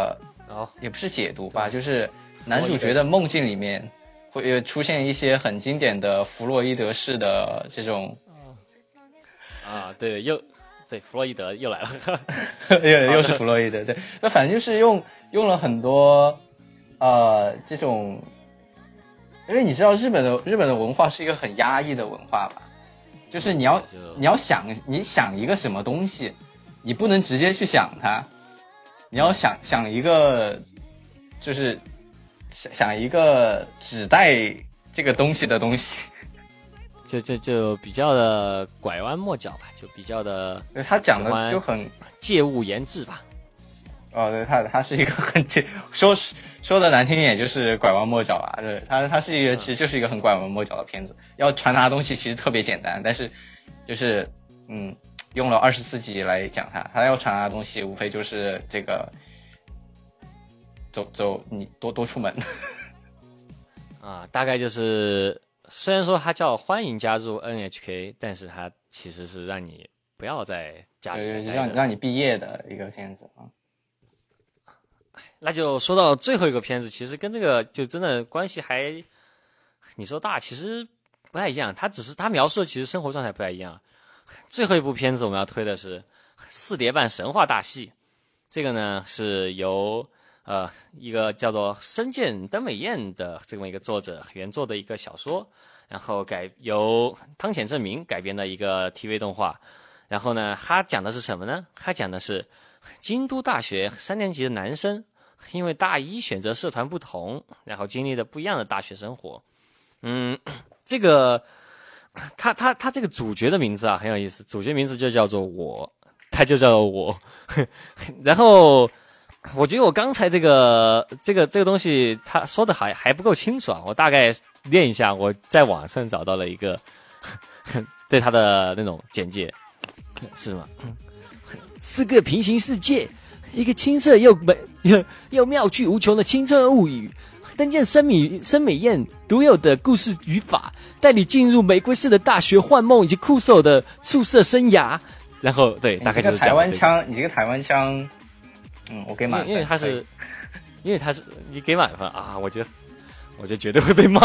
哦，也不是解读吧，就是男主角的梦境里面会出现一些很经典的弗洛伊德式的这种。 啊，对，又对弗洛伊德又来了， 又又是弗洛伊德，对，那反正就是用用了很多呃这种，因为你知道日本的日本的文化是一个很压抑的文化吧，就是你要你要想你想一个什么东西，你不能直接去想它，你要想想一个就是想想一个指代这个东西的东西。 就就就比较的拐弯抹角吧，就比较的， 他讲的就很借物言志吧。 哦，对，他他是一个很借说说的难听点就是拐弯抹角啊，对，他他是一个其实就是一个很拐弯抹角的片子，要传达的东西其实特别简单，但是就是嗯用了二十四集来讲它，他要传达的东西无非就是这个走走你多多出门啊，大概就是。虽然说它叫欢迎加入 N H K， 但是它其实是让你不要在家里对，让让你毕业的一个片子啊。 那就说到最后一个片子，其实跟这个就真的关系还，你说大其实不太一样，它只是它描述的其实生活状态不太一样。最后一部片子我们要推的是《四叠半神话大戏》，这个呢是由。呃，一个叫做深见登美彦的这么一个作者原作的一个小说，然后改由汤浅证明改编的一个 T V 动画。然后呢，他讲的是什么呢？他讲的是京都大学三年级的男生，因为大一选择社团不同，然后经历了不一样的大学生活。嗯，这个他他他这个主角的名字啊很有意思，主角名字就叫做我，他就叫做我，然后。我觉得我刚才这个这个这个东西他说的还还不够清楚啊，我大概练一下，我在网上找到了一个对他的那种简介，是吗？四个平行世界，一个青涩又美又又妙趣无穷的青春物语，登见森美森美彦独有的故事语法，带你进入玫瑰式的大学幻梦以及酷手的宿舍生涯。然后对，大概就是这个台湾腔，你这个台湾腔。嗯，我给满分， 因为他是，因为他是你给满分啊，我觉得，我觉得绝对会被骂。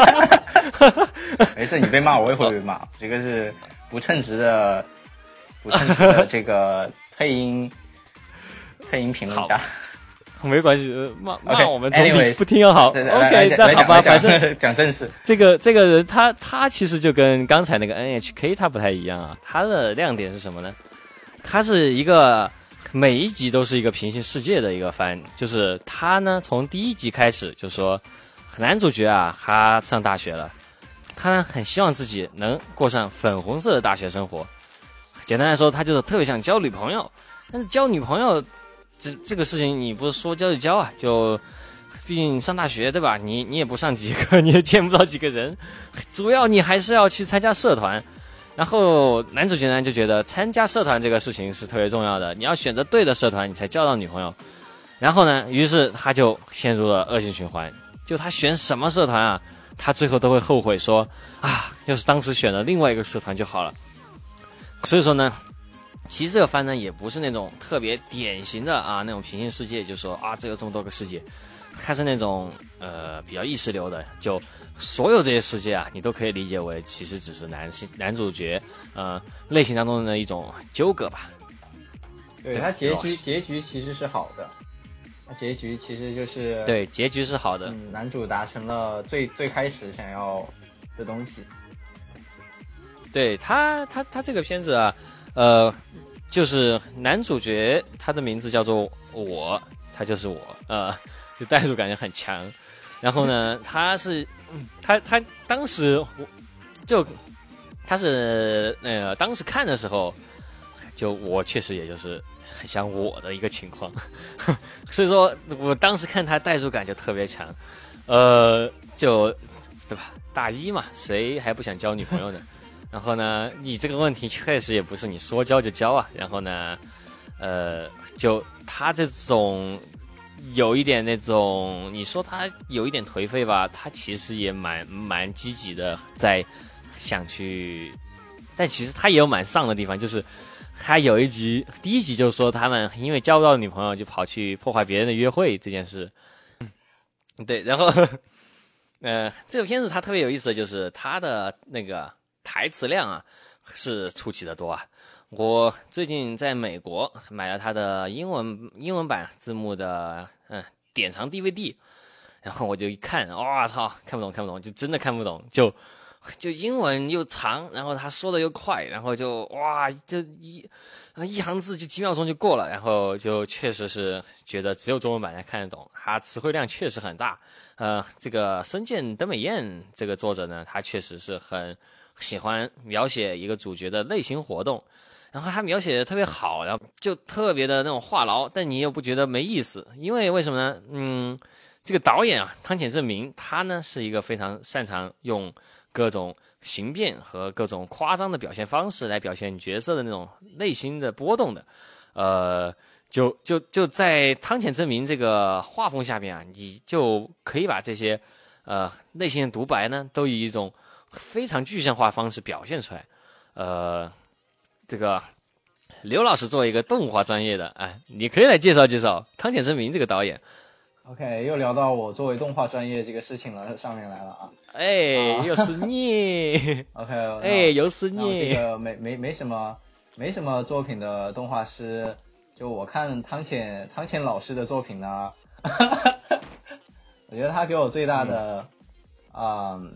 没事，你被骂我也会被骂，这个是不称职的，不称职的这个配音配音评论家。 没关系，骂骂 okay, 我们总比不听要好。 对对 OK， 那好吧，反正讲正事。 这个这个人他他其实就跟刚才那个 N H K 他不太一样啊，他的亮点是什么呢？他是一个。每一集都是一个平行世界的一个番，就是他呢从第一集开始就说男主角啊他上大学了，他呢很希望自己能过上粉红色的大学生活，简单来说他就是特别想交女朋友，但是交女朋友这这个事情你不是说交就交啊，就毕竟上大学对吧，你你也不上几个，你也见不到几个人，主要你还是要去参加社团。然后男主角呢就觉得参加社团这个事情是特别重要的，你要选择对的社团你才交到女朋友。然后呢于是他就陷入了恶性循环，就他选什么社团啊他最后都会后悔说啊要是当时选了另外一个社团就好了。所以说呢其实这个番呢也不是那种特别典型的啊那种平行世界，就说啊这有这么多个世界，它是那种呃比较意识流的，就所有这些世界啊，你都可以理解为其实只是男性男主角呃类型当中的一种纠葛吧。 对，它结局结局其实是好的，结局其实就是对结局是好的， 嗯，男主达成了最最开始想要的东西。 对他他他这个片子啊，呃，就是男主角他的名字叫做我，他就是我，呃，就代入感觉很强。然后呢，他是他他当时就他是呃当时看的时候，就我确实也就是很像我的一个情况，所以说我当时看他代入感就特别强，呃，就对吧？大一嘛，谁还不想交女朋友呢？然后呢，你这个问题确实也不是你说交就交啊。然后呢，呃，就他这种。有一点那种，你说他有一点颓废吧，他其实也蛮蛮积极的，在想去，但其实他也有蛮丧的地方，就是还有一集，第一集就说他们因为交不到女朋友就跑去破坏别人的约会这件事。对，然后呃，这个片子它特别有意思的就是它的那个台词量啊是出奇的多啊。我最近在美国买了它的英文英文版字幕的嗯典藏 D V D， 然后我就一看，哇操，看不懂看不懂，就真的看不懂，就就英文又长，然后他说的又快，然后就哇，这一一行字就几秒钟就过了，然后就确实是觉得只有中文版才看得懂，他词汇量确实很大。呃，这个深见登美彦这个作者呢，他确实是很喜欢描写一个主角的内心活动。然后他描写的特别好，然后就特别的那种话痨，但你又不觉得没意思，因为为什么呢？嗯，这个导演啊，汤浅政明，他呢是一个非常擅长用各种形变和各种夸张的表现方式来表现角色的那种内心的波动的，呃，就就就在汤浅政明这个画风下边啊，你就可以把这些呃内心的独白呢，都以一种非常具象化方式表现出来，呃。这个刘老师作为一个动画专业的，哎，你可以来介绍介绍汤浅政明这个导演。 OK， 又聊到我作为动画专业这个事情了，上面来了啊。 哎，啊、又是你。 OK， 哎，又是你。 这个没没没什么没什么作品的动画师，就我看汤浅汤浅老师的作品呢，我觉得他给我最大的，嗯，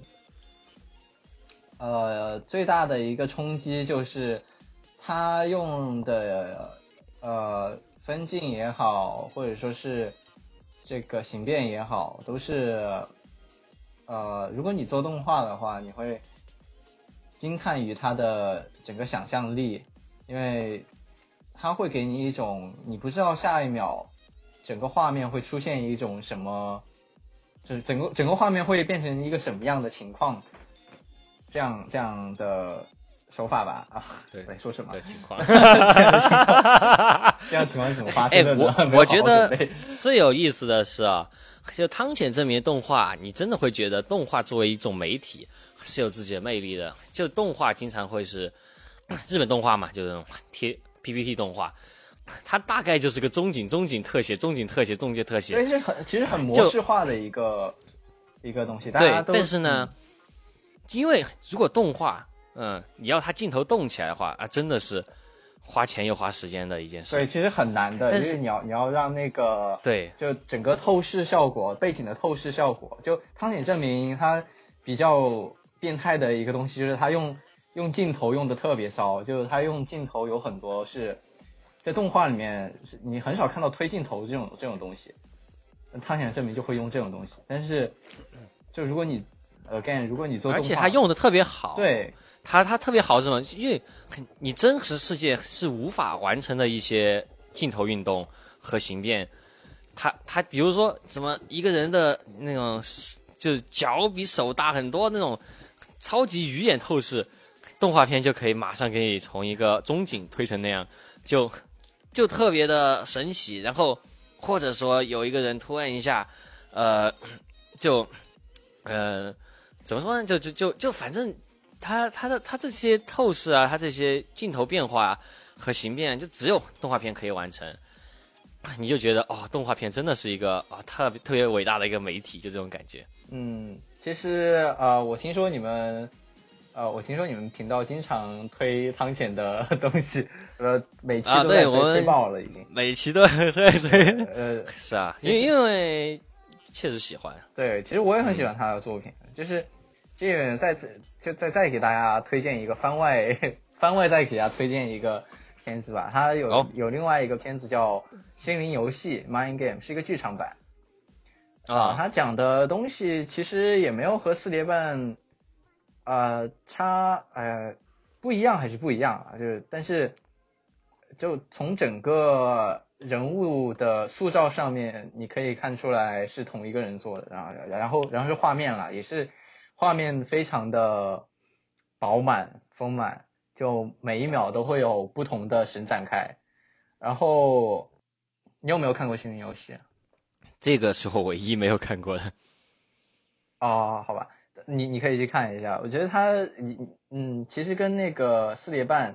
呃，最大的一个冲击就是。他用的呃分镜也好，或者说是这个形变也好，都是呃，如果你做动画的话，你会惊叹于他的整个想象力，因为他会给你一种你不知道下一秒整个画面会出现一种什么，就是整个整个画面会变成一个什么样的情况，这样这样的。手法吧啊， 对， 在说什么？ 的情况， 这样情况是怎么发生的？ 哎，我我觉得最有意思的是啊，就汤浅政明动画，你真的会觉得动画作为一种媒体是有自己的魅力的。就动画经常会是日本动画嘛，就是贴 P P T 动画，它大概就是个中景、中景特写、中景特写、中景特写， 对，是很其实很模式化的一个一个东西。大家都对，但是呢，嗯、因为如果动画。嗯，你要它镜头动起来的话啊，真的是花钱又花时间的一件事。 对，其实很难的， 但是因为你要你要让那个对， 就整个透视效果、背景的透视效果，就汤浅政明他比较变态的一个东西，就是他用用镜头用的特别骚，就是他用镜头有很多是在动画里面你很少看到推镜头这种这种东西，汤浅政明就会用这种东西，但是就如果你 again 如果你做动画， 而且他用的特别好， 对。 它它特别好是什么？因为你真实世界是无法完成的一些镜头运动和形变，它它比如说什么一个人的那种就是脚比手大很多那种超级鱼眼透视，动画片就可以马上给你从一个中景推成那样，就就特别的神奇。然后或者说有一个人突然一下，呃，就呃怎么说呢？就就就就反正。它它的它这些透视啊，它这些镜头变化、啊、和形变，就只有动画片可以完成，你就觉得哦，动画片真的是一个啊、哦、特别特别伟大的一个媒体，就这种感觉。 嗯，其实呃，我听说你们呃，我听说你们频道经常推汤浅的东西，呃，每期都在推、啊、推爆了已经， 每期都对对， 呃， 是啊，因为因为确实喜欢。 对，其实我也很喜欢他的作品，嗯、就是。这个再就再再给大家推荐一个番外番外，再给大家推荐一个片子吧。它有、oh. 有另外一个片子叫《心灵游戏》（Mind Game），是一个剧场版。啊、uh. ，它讲的东西其实也没有和四叠半，呃，差呃不一样还是不一样啊？就是但是就从整个人物的塑造上面，你可以看出来是同一个人做的。然后然后然后是画面了，也是。画面非常的饱满丰满，就每一秒都会有不同的神展开。然后你有没有看过《心灵游戏》？ 这个是我唯一没有看过的。 哦，好吧，你你可以去看一下。我觉得它，嗯，其实跟那个四叠半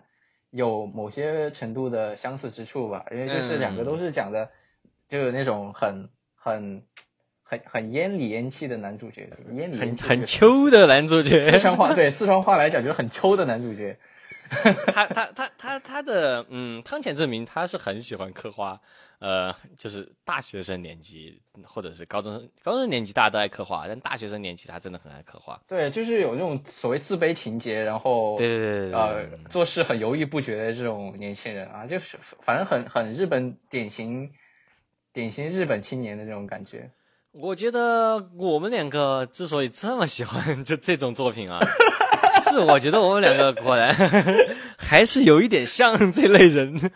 有某些程度的相似之处吧，因为就是两个都是讲的，就是那种很很很很烟里烟气的男主角，烟里烟气很很秋的男主角， 四川话对四川话来讲就是很秋的男主角。 他他他他他的嗯，汤浅证明他是很喜欢刻画，呃，就是大学生年纪或者是高中生高中生年纪大家都爱刻画，但大学生年纪他真的很爱刻画。 对，就是有那种所谓自卑情节，然后对对对呃做事很犹豫不决的这种年轻人啊，就是反正很很日本典型典型日本青年的这种感觉。 我觉得我们两个之所以这么喜欢就这种作品啊。是，我觉得我们两个果然还是有一点像这类人。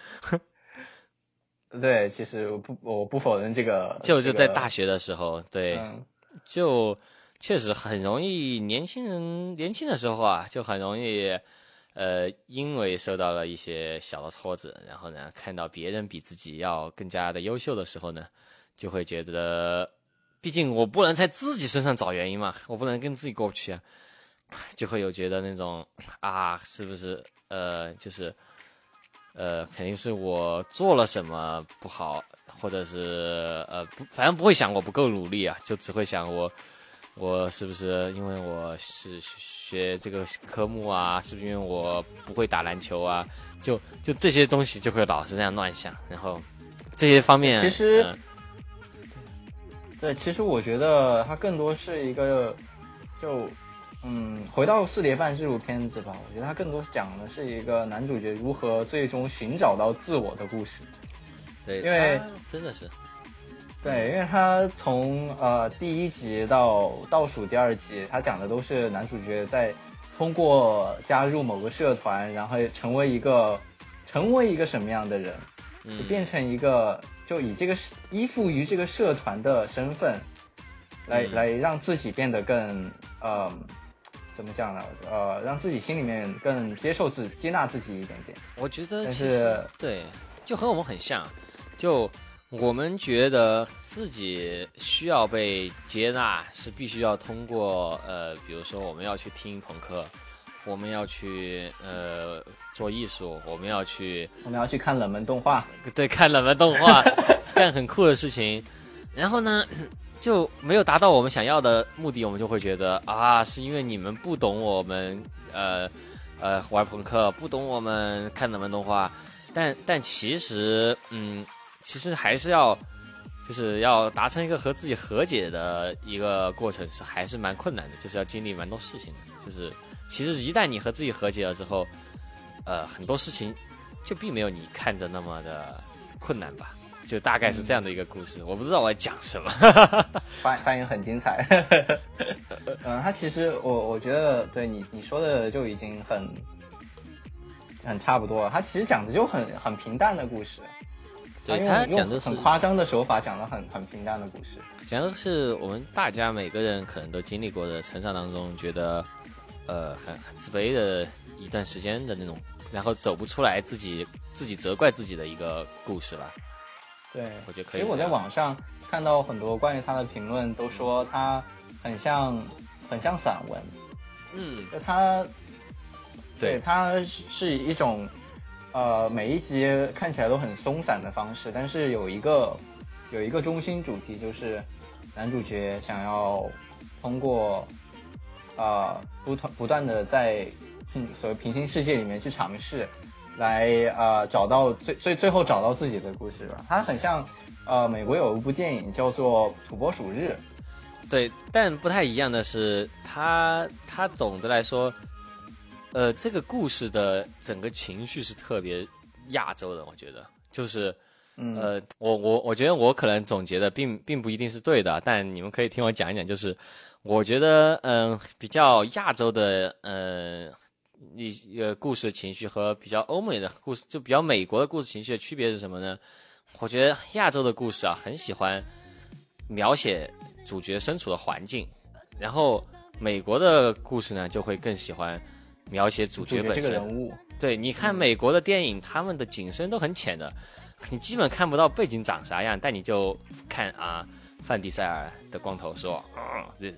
对，其实我不我不否认这个， 就是在大学的时候，对， 嗯、 就确实很容易，年轻人年轻的时候啊，就很容易，呃，因为受到了一些小的挫折，然后呢，看到别人比自己要更加的优秀的时候呢，就会觉得，毕竟我不能在自己身上找原因嘛，我不能跟自己过不去啊。就会有觉得那种啊，是不是呃，就是呃，肯定是我做了什么不好，或者是呃不，反正不会想我不够努力啊，就只会想我我是不是因为我是学这个科目啊，是不是因为我不会打篮球啊，就就这些东西就会老是这样乱想，然后这些方面其实、 呃、 对，其实我觉得它更多是一个就。嗯，回到四叠半这部片子吧，我觉得它更多讲的是一个男主角如何最终寻找到自我的故事。 对， 因为真的是， 对，因为他从呃第一集到倒数第二集，他讲的都是男主角在通过加入某个社团，然后成为一个成为一个什么样的人，就变成一个就以这个依附于这个社团的身份，来、嗯、来让自己变得更呃。怎么讲呢？呃，让自己心里面更接受自、接纳自己一点点。 我觉得其实对，就和我们很像。就我们觉得自己需要被接纳，是必须要通过呃，比如说我们要去听朋克，我们要去呃做艺术，我们要去我们要去看冷门动画， 对，看冷门动画，干很酷的事情。然后呢？就没有达到我们想要的目的，我们就会觉得啊，是因为你们不懂我们，呃，呃，玩朋克，不懂我们看冷门动画，但但其实，嗯，其实还是要，就是要达成一个和自己和解的一个过程，是还是蛮困难的，就是要经历蛮多事情的，就是其实一旦你和自己和解了之后，呃，很多事情就并没有你看的那么的困难吧。就大概是这样的一个故事，嗯、我不知道我在讲什么。 发发言很精彩。嗯，他其实我我觉得对你你说的就已经很很差不多了。他其实讲的就很很平淡的故事， 对他讲的是很夸张的手法，讲的很很平淡的故事， 讲的是我们大家每个人可能都经历过的成长当中，觉得呃很很自卑的一段时间的那种，然后走不出来，自己自己责怪自己的一个故事吧。 对， 我觉得可以。 其实我在网上看到很多关于他的评论，都说他很像，很像散文。 嗯， 就他， 对， 他是一种，呃，每一集看起来都很松散的方式，但是有一个有一个中心主题，就是男主角想要通过，呃，不不断的在所谓平行世界里面去尝试。来呃找到最最最后找到自己的故事吧，它很像呃美国有一部电影叫做《土拨鼠日》， 对，但不太一样的是，它它总的来说，呃，这个故事的整个情绪是特别亚洲的，我觉得就是， 嗯、 呃，我我我觉得我可能总结的并并不一定是对的，但你们可以听我讲一讲，就是我觉得嗯、呃、比较亚洲的嗯。呃一个故事情绪和比较欧美的故事，就比较美国的故事情绪的区别是什么呢？我觉得亚洲的故事啊，很喜欢描写主角身处的环境，然后美国的故事呢，就会更喜欢描写主角本身。 主角这个人物， 对，你看美国的电影，他们的景深都很浅的，你基本看不到背景长啥样，但你就看啊，范迪塞尔的光头说，啊、这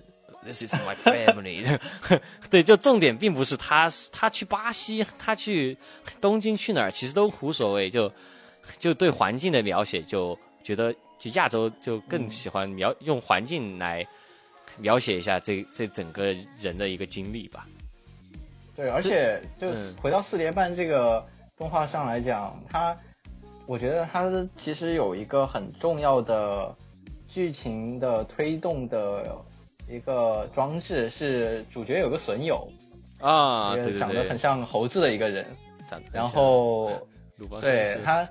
，This is my family 。对，就重点并不是他他去巴西，他去东京去哪儿，其实都无所谓，就就对环境的描写，就觉得就亚洲就更喜欢描、嗯、用环境来描写一下这这整个人的一个经历吧。 对，而且就回到四叠半这个动画上来讲，它我觉得它其实有一个很重要的剧情的推动的一个装置，是主角有个损友啊，对对对， 长得很像猴子的一个人， 长得然后对他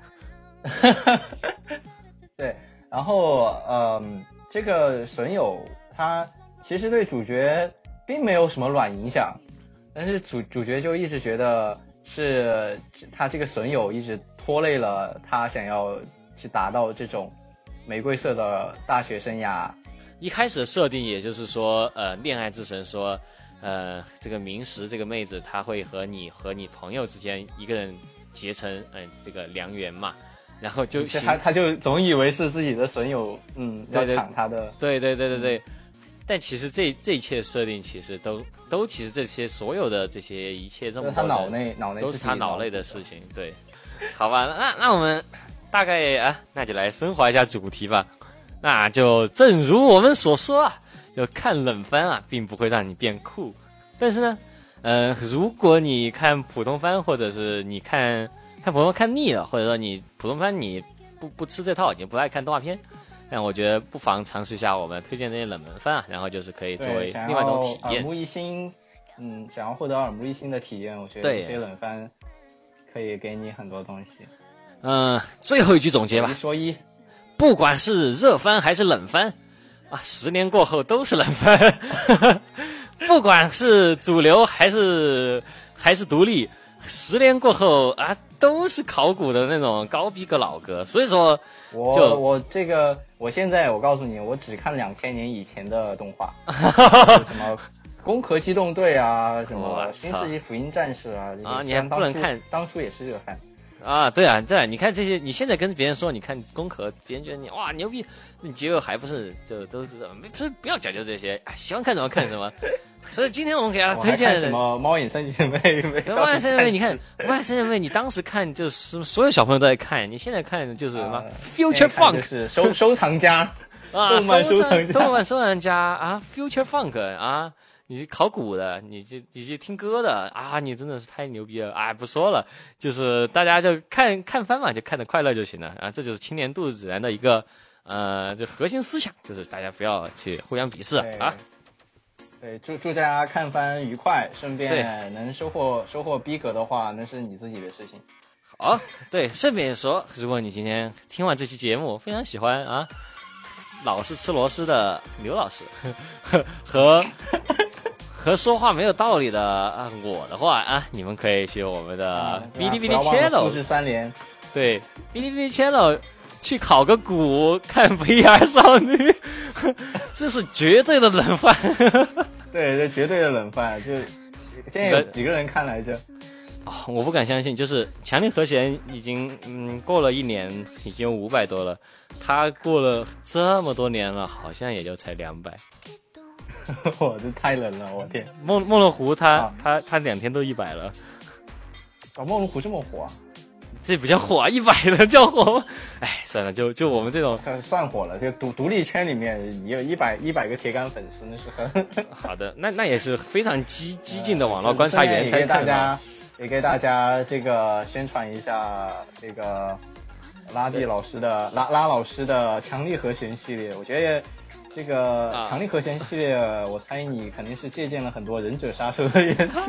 对，然后嗯，这个损友他其实对主角并没有什么卵影响。但是主主角就一直觉得是他这个损友一直拖累了他想要去达到这种玫瑰色的大学生涯。 一开始的设定也就是说，呃，恋爱之神说，呃，这个明石这个妹子她会和你和你朋友之间一个人结成嗯、呃、这个良缘嘛，然后就他他就总以为是自己的损友，嗯，要抢他的， 对对对对对。但其实这这一切设定其实都都其实这些所有的这些一切这么多的他脑内脑内都是他脑内的事情，对，好吧，那那我们大概啊，那就来升华一下主题吧。那就正如我们所说啊，就看冷番啊，并不会让你变酷，但是呢，呃，如果你看普通番，或者是你看看普通番看腻了，或者说你普通番你不不吃这套，你不爱看动画片。但我觉得不妨尝试一下我们推荐这些冷门番啊，然后就是可以作为另外一种体验。 耳目一新，嗯，想要获得耳目一新的体验，我觉得这些冷番可以给你很多东西。 嗯，最后一句总结吧。 一说一， 不管是热番还是冷番啊，十年过后都是冷番。不管是主流还是还是独立，十年过后啊，都是考古的那种高逼格老哥。所以说。 我我这个我现在我告诉你，我只看两千年以前的动画，什么攻壳机动队啊，什么新世纪福音战士啊， 啊，你还不能看， 当初也是热番啊，对啊，对啊，你看这些，你现在跟别人说你看攻壳，别人觉得你哇牛逼，你结果还不是就都是没不是不要讲究这些，喜欢看什么看什么。所以今天我们给大家推荐的什么猫眼三姐妹、 猫眼三姐妹，你看猫眼三姐妹，你当时看就是所有小朋友都在看，你现在看就是什么、呃、Future Funk， 就是收收藏家啊，动漫收藏家，动漫收藏家啊 ，Future Funk 啊，你考古的，你就你就听歌的啊，你真的是太牛逼了啊！不说了，就是大家就看看番嘛，就看得快乐就行了啊，这就是青年度指南的一个呃，就核心思想，就是大家不要去互相鄙视啊。 对，祝祝大家看番愉快，顺便能收获收获逼格的话，那是你自己的事情。 好，对，顺便也说，如果你今天听完这期节目，非常喜欢啊，老是吃螺丝的刘老师和和说话没有道理的啊我的话啊，你们可以去我们的哔哩哔哩 channel， 素质三连， 对，哔哩哔哩 channel。去考个古，看 V R 少女，这是绝对的冷饭。 对，这绝对的冷饭。就现在有几个人看来着？ 哦，我不敢相信，就是强力和弦已经嗯过了一年，已经五百多了，他过了这么多年了，好像也就才两百。 哇，这太冷了，我天！ 梦梦龙湖他、啊、他他两天都一百了。 哦，梦龙湖这么火啊？ 这不叫火啊，一百的叫火吗？哎，算了，就就我们这种算火了。就独独立圈里面，你有一百一百个铁杆粉丝，那是很好的。那那也是非常激激进的网络观察员才给大家也给大家这个宣传一下这个拉蒂老师的拉拉老师的强力和弦系列。我觉得这个强力和弦系列，啊、我猜你肯定是借鉴了很多忍者杀手的元素。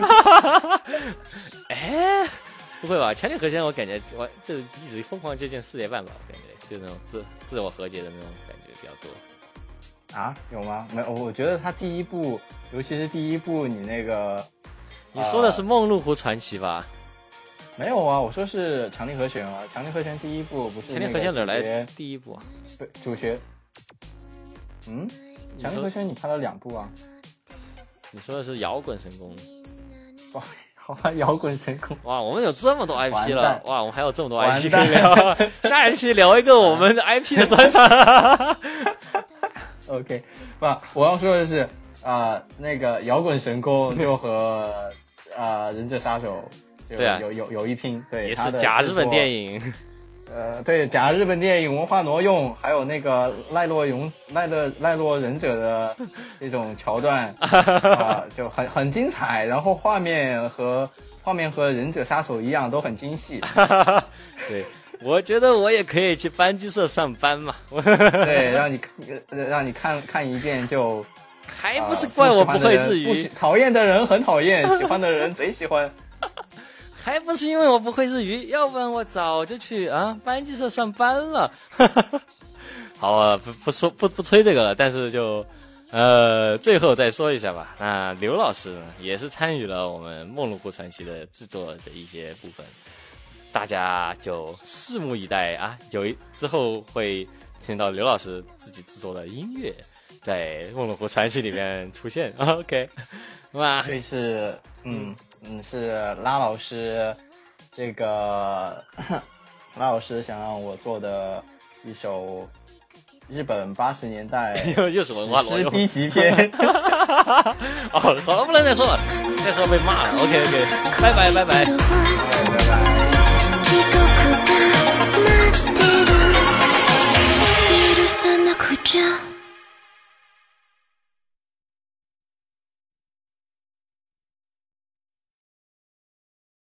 哎。不会吧？强力和弦我感觉我就一直疯狂接近四叠半吧，我感觉就那种自自我和解的那种感觉比较多。 啊？有吗？没有，我觉得他第一部，尤其是第一部，你那个， 你说的是《梦露湖传奇》吧？ 呃、没有啊，我说是强力和弦啊，强力和弦第一部不是强力和弦哪来第一部啊？ 对，主角。嗯，强力和弦你拍了两部啊？ 你说的是摇滚神功。 哇。好吧，摇滚神功哇！我们有这么多 I P 了哇！我们还有这么多 I P 可以聊，下一期聊一个我们的 I P 的专场。 OK， 不，我要说的是， 啊、呃、那个摇滚神功就和啊、呃、忍者杀手就对啊有有有一拼，对， 也是假日本电影。 呃，对，假日本电影文化挪用，还有那个奈落勇奈落奈落忍者的这种桥段啊、呃，就很很精彩，然后画面和画面和忍者杀手一样都很精细。 对，我觉得我也可以去班机社上班嘛。 对，让你让你看看一遍就， 还不是怪我不会日语， 呃、讨厌的人很讨厌，喜欢的人贼喜欢。 还不是因为我不会日语，要不然我早就去啊班机社上班了。好啊，不不说不不吹这个了，但是就呃最后再说一下吧。那刘老师呢，也是参与了我们《梦龙湖传奇》的制作的一些部分，大家就拭目以待啊！有一之后会听到刘老师自己制作的音乐在《梦龙湖传奇》里面出现。OK， 哇， 这是嗯。嗯，是拉老师，这个拉老师想让我做的一首日本八十年代又是文化挪用 B 级片。 哦，好了，不能再说了，再说被骂了。OK OK， 拜拜拜拜， 拜拜。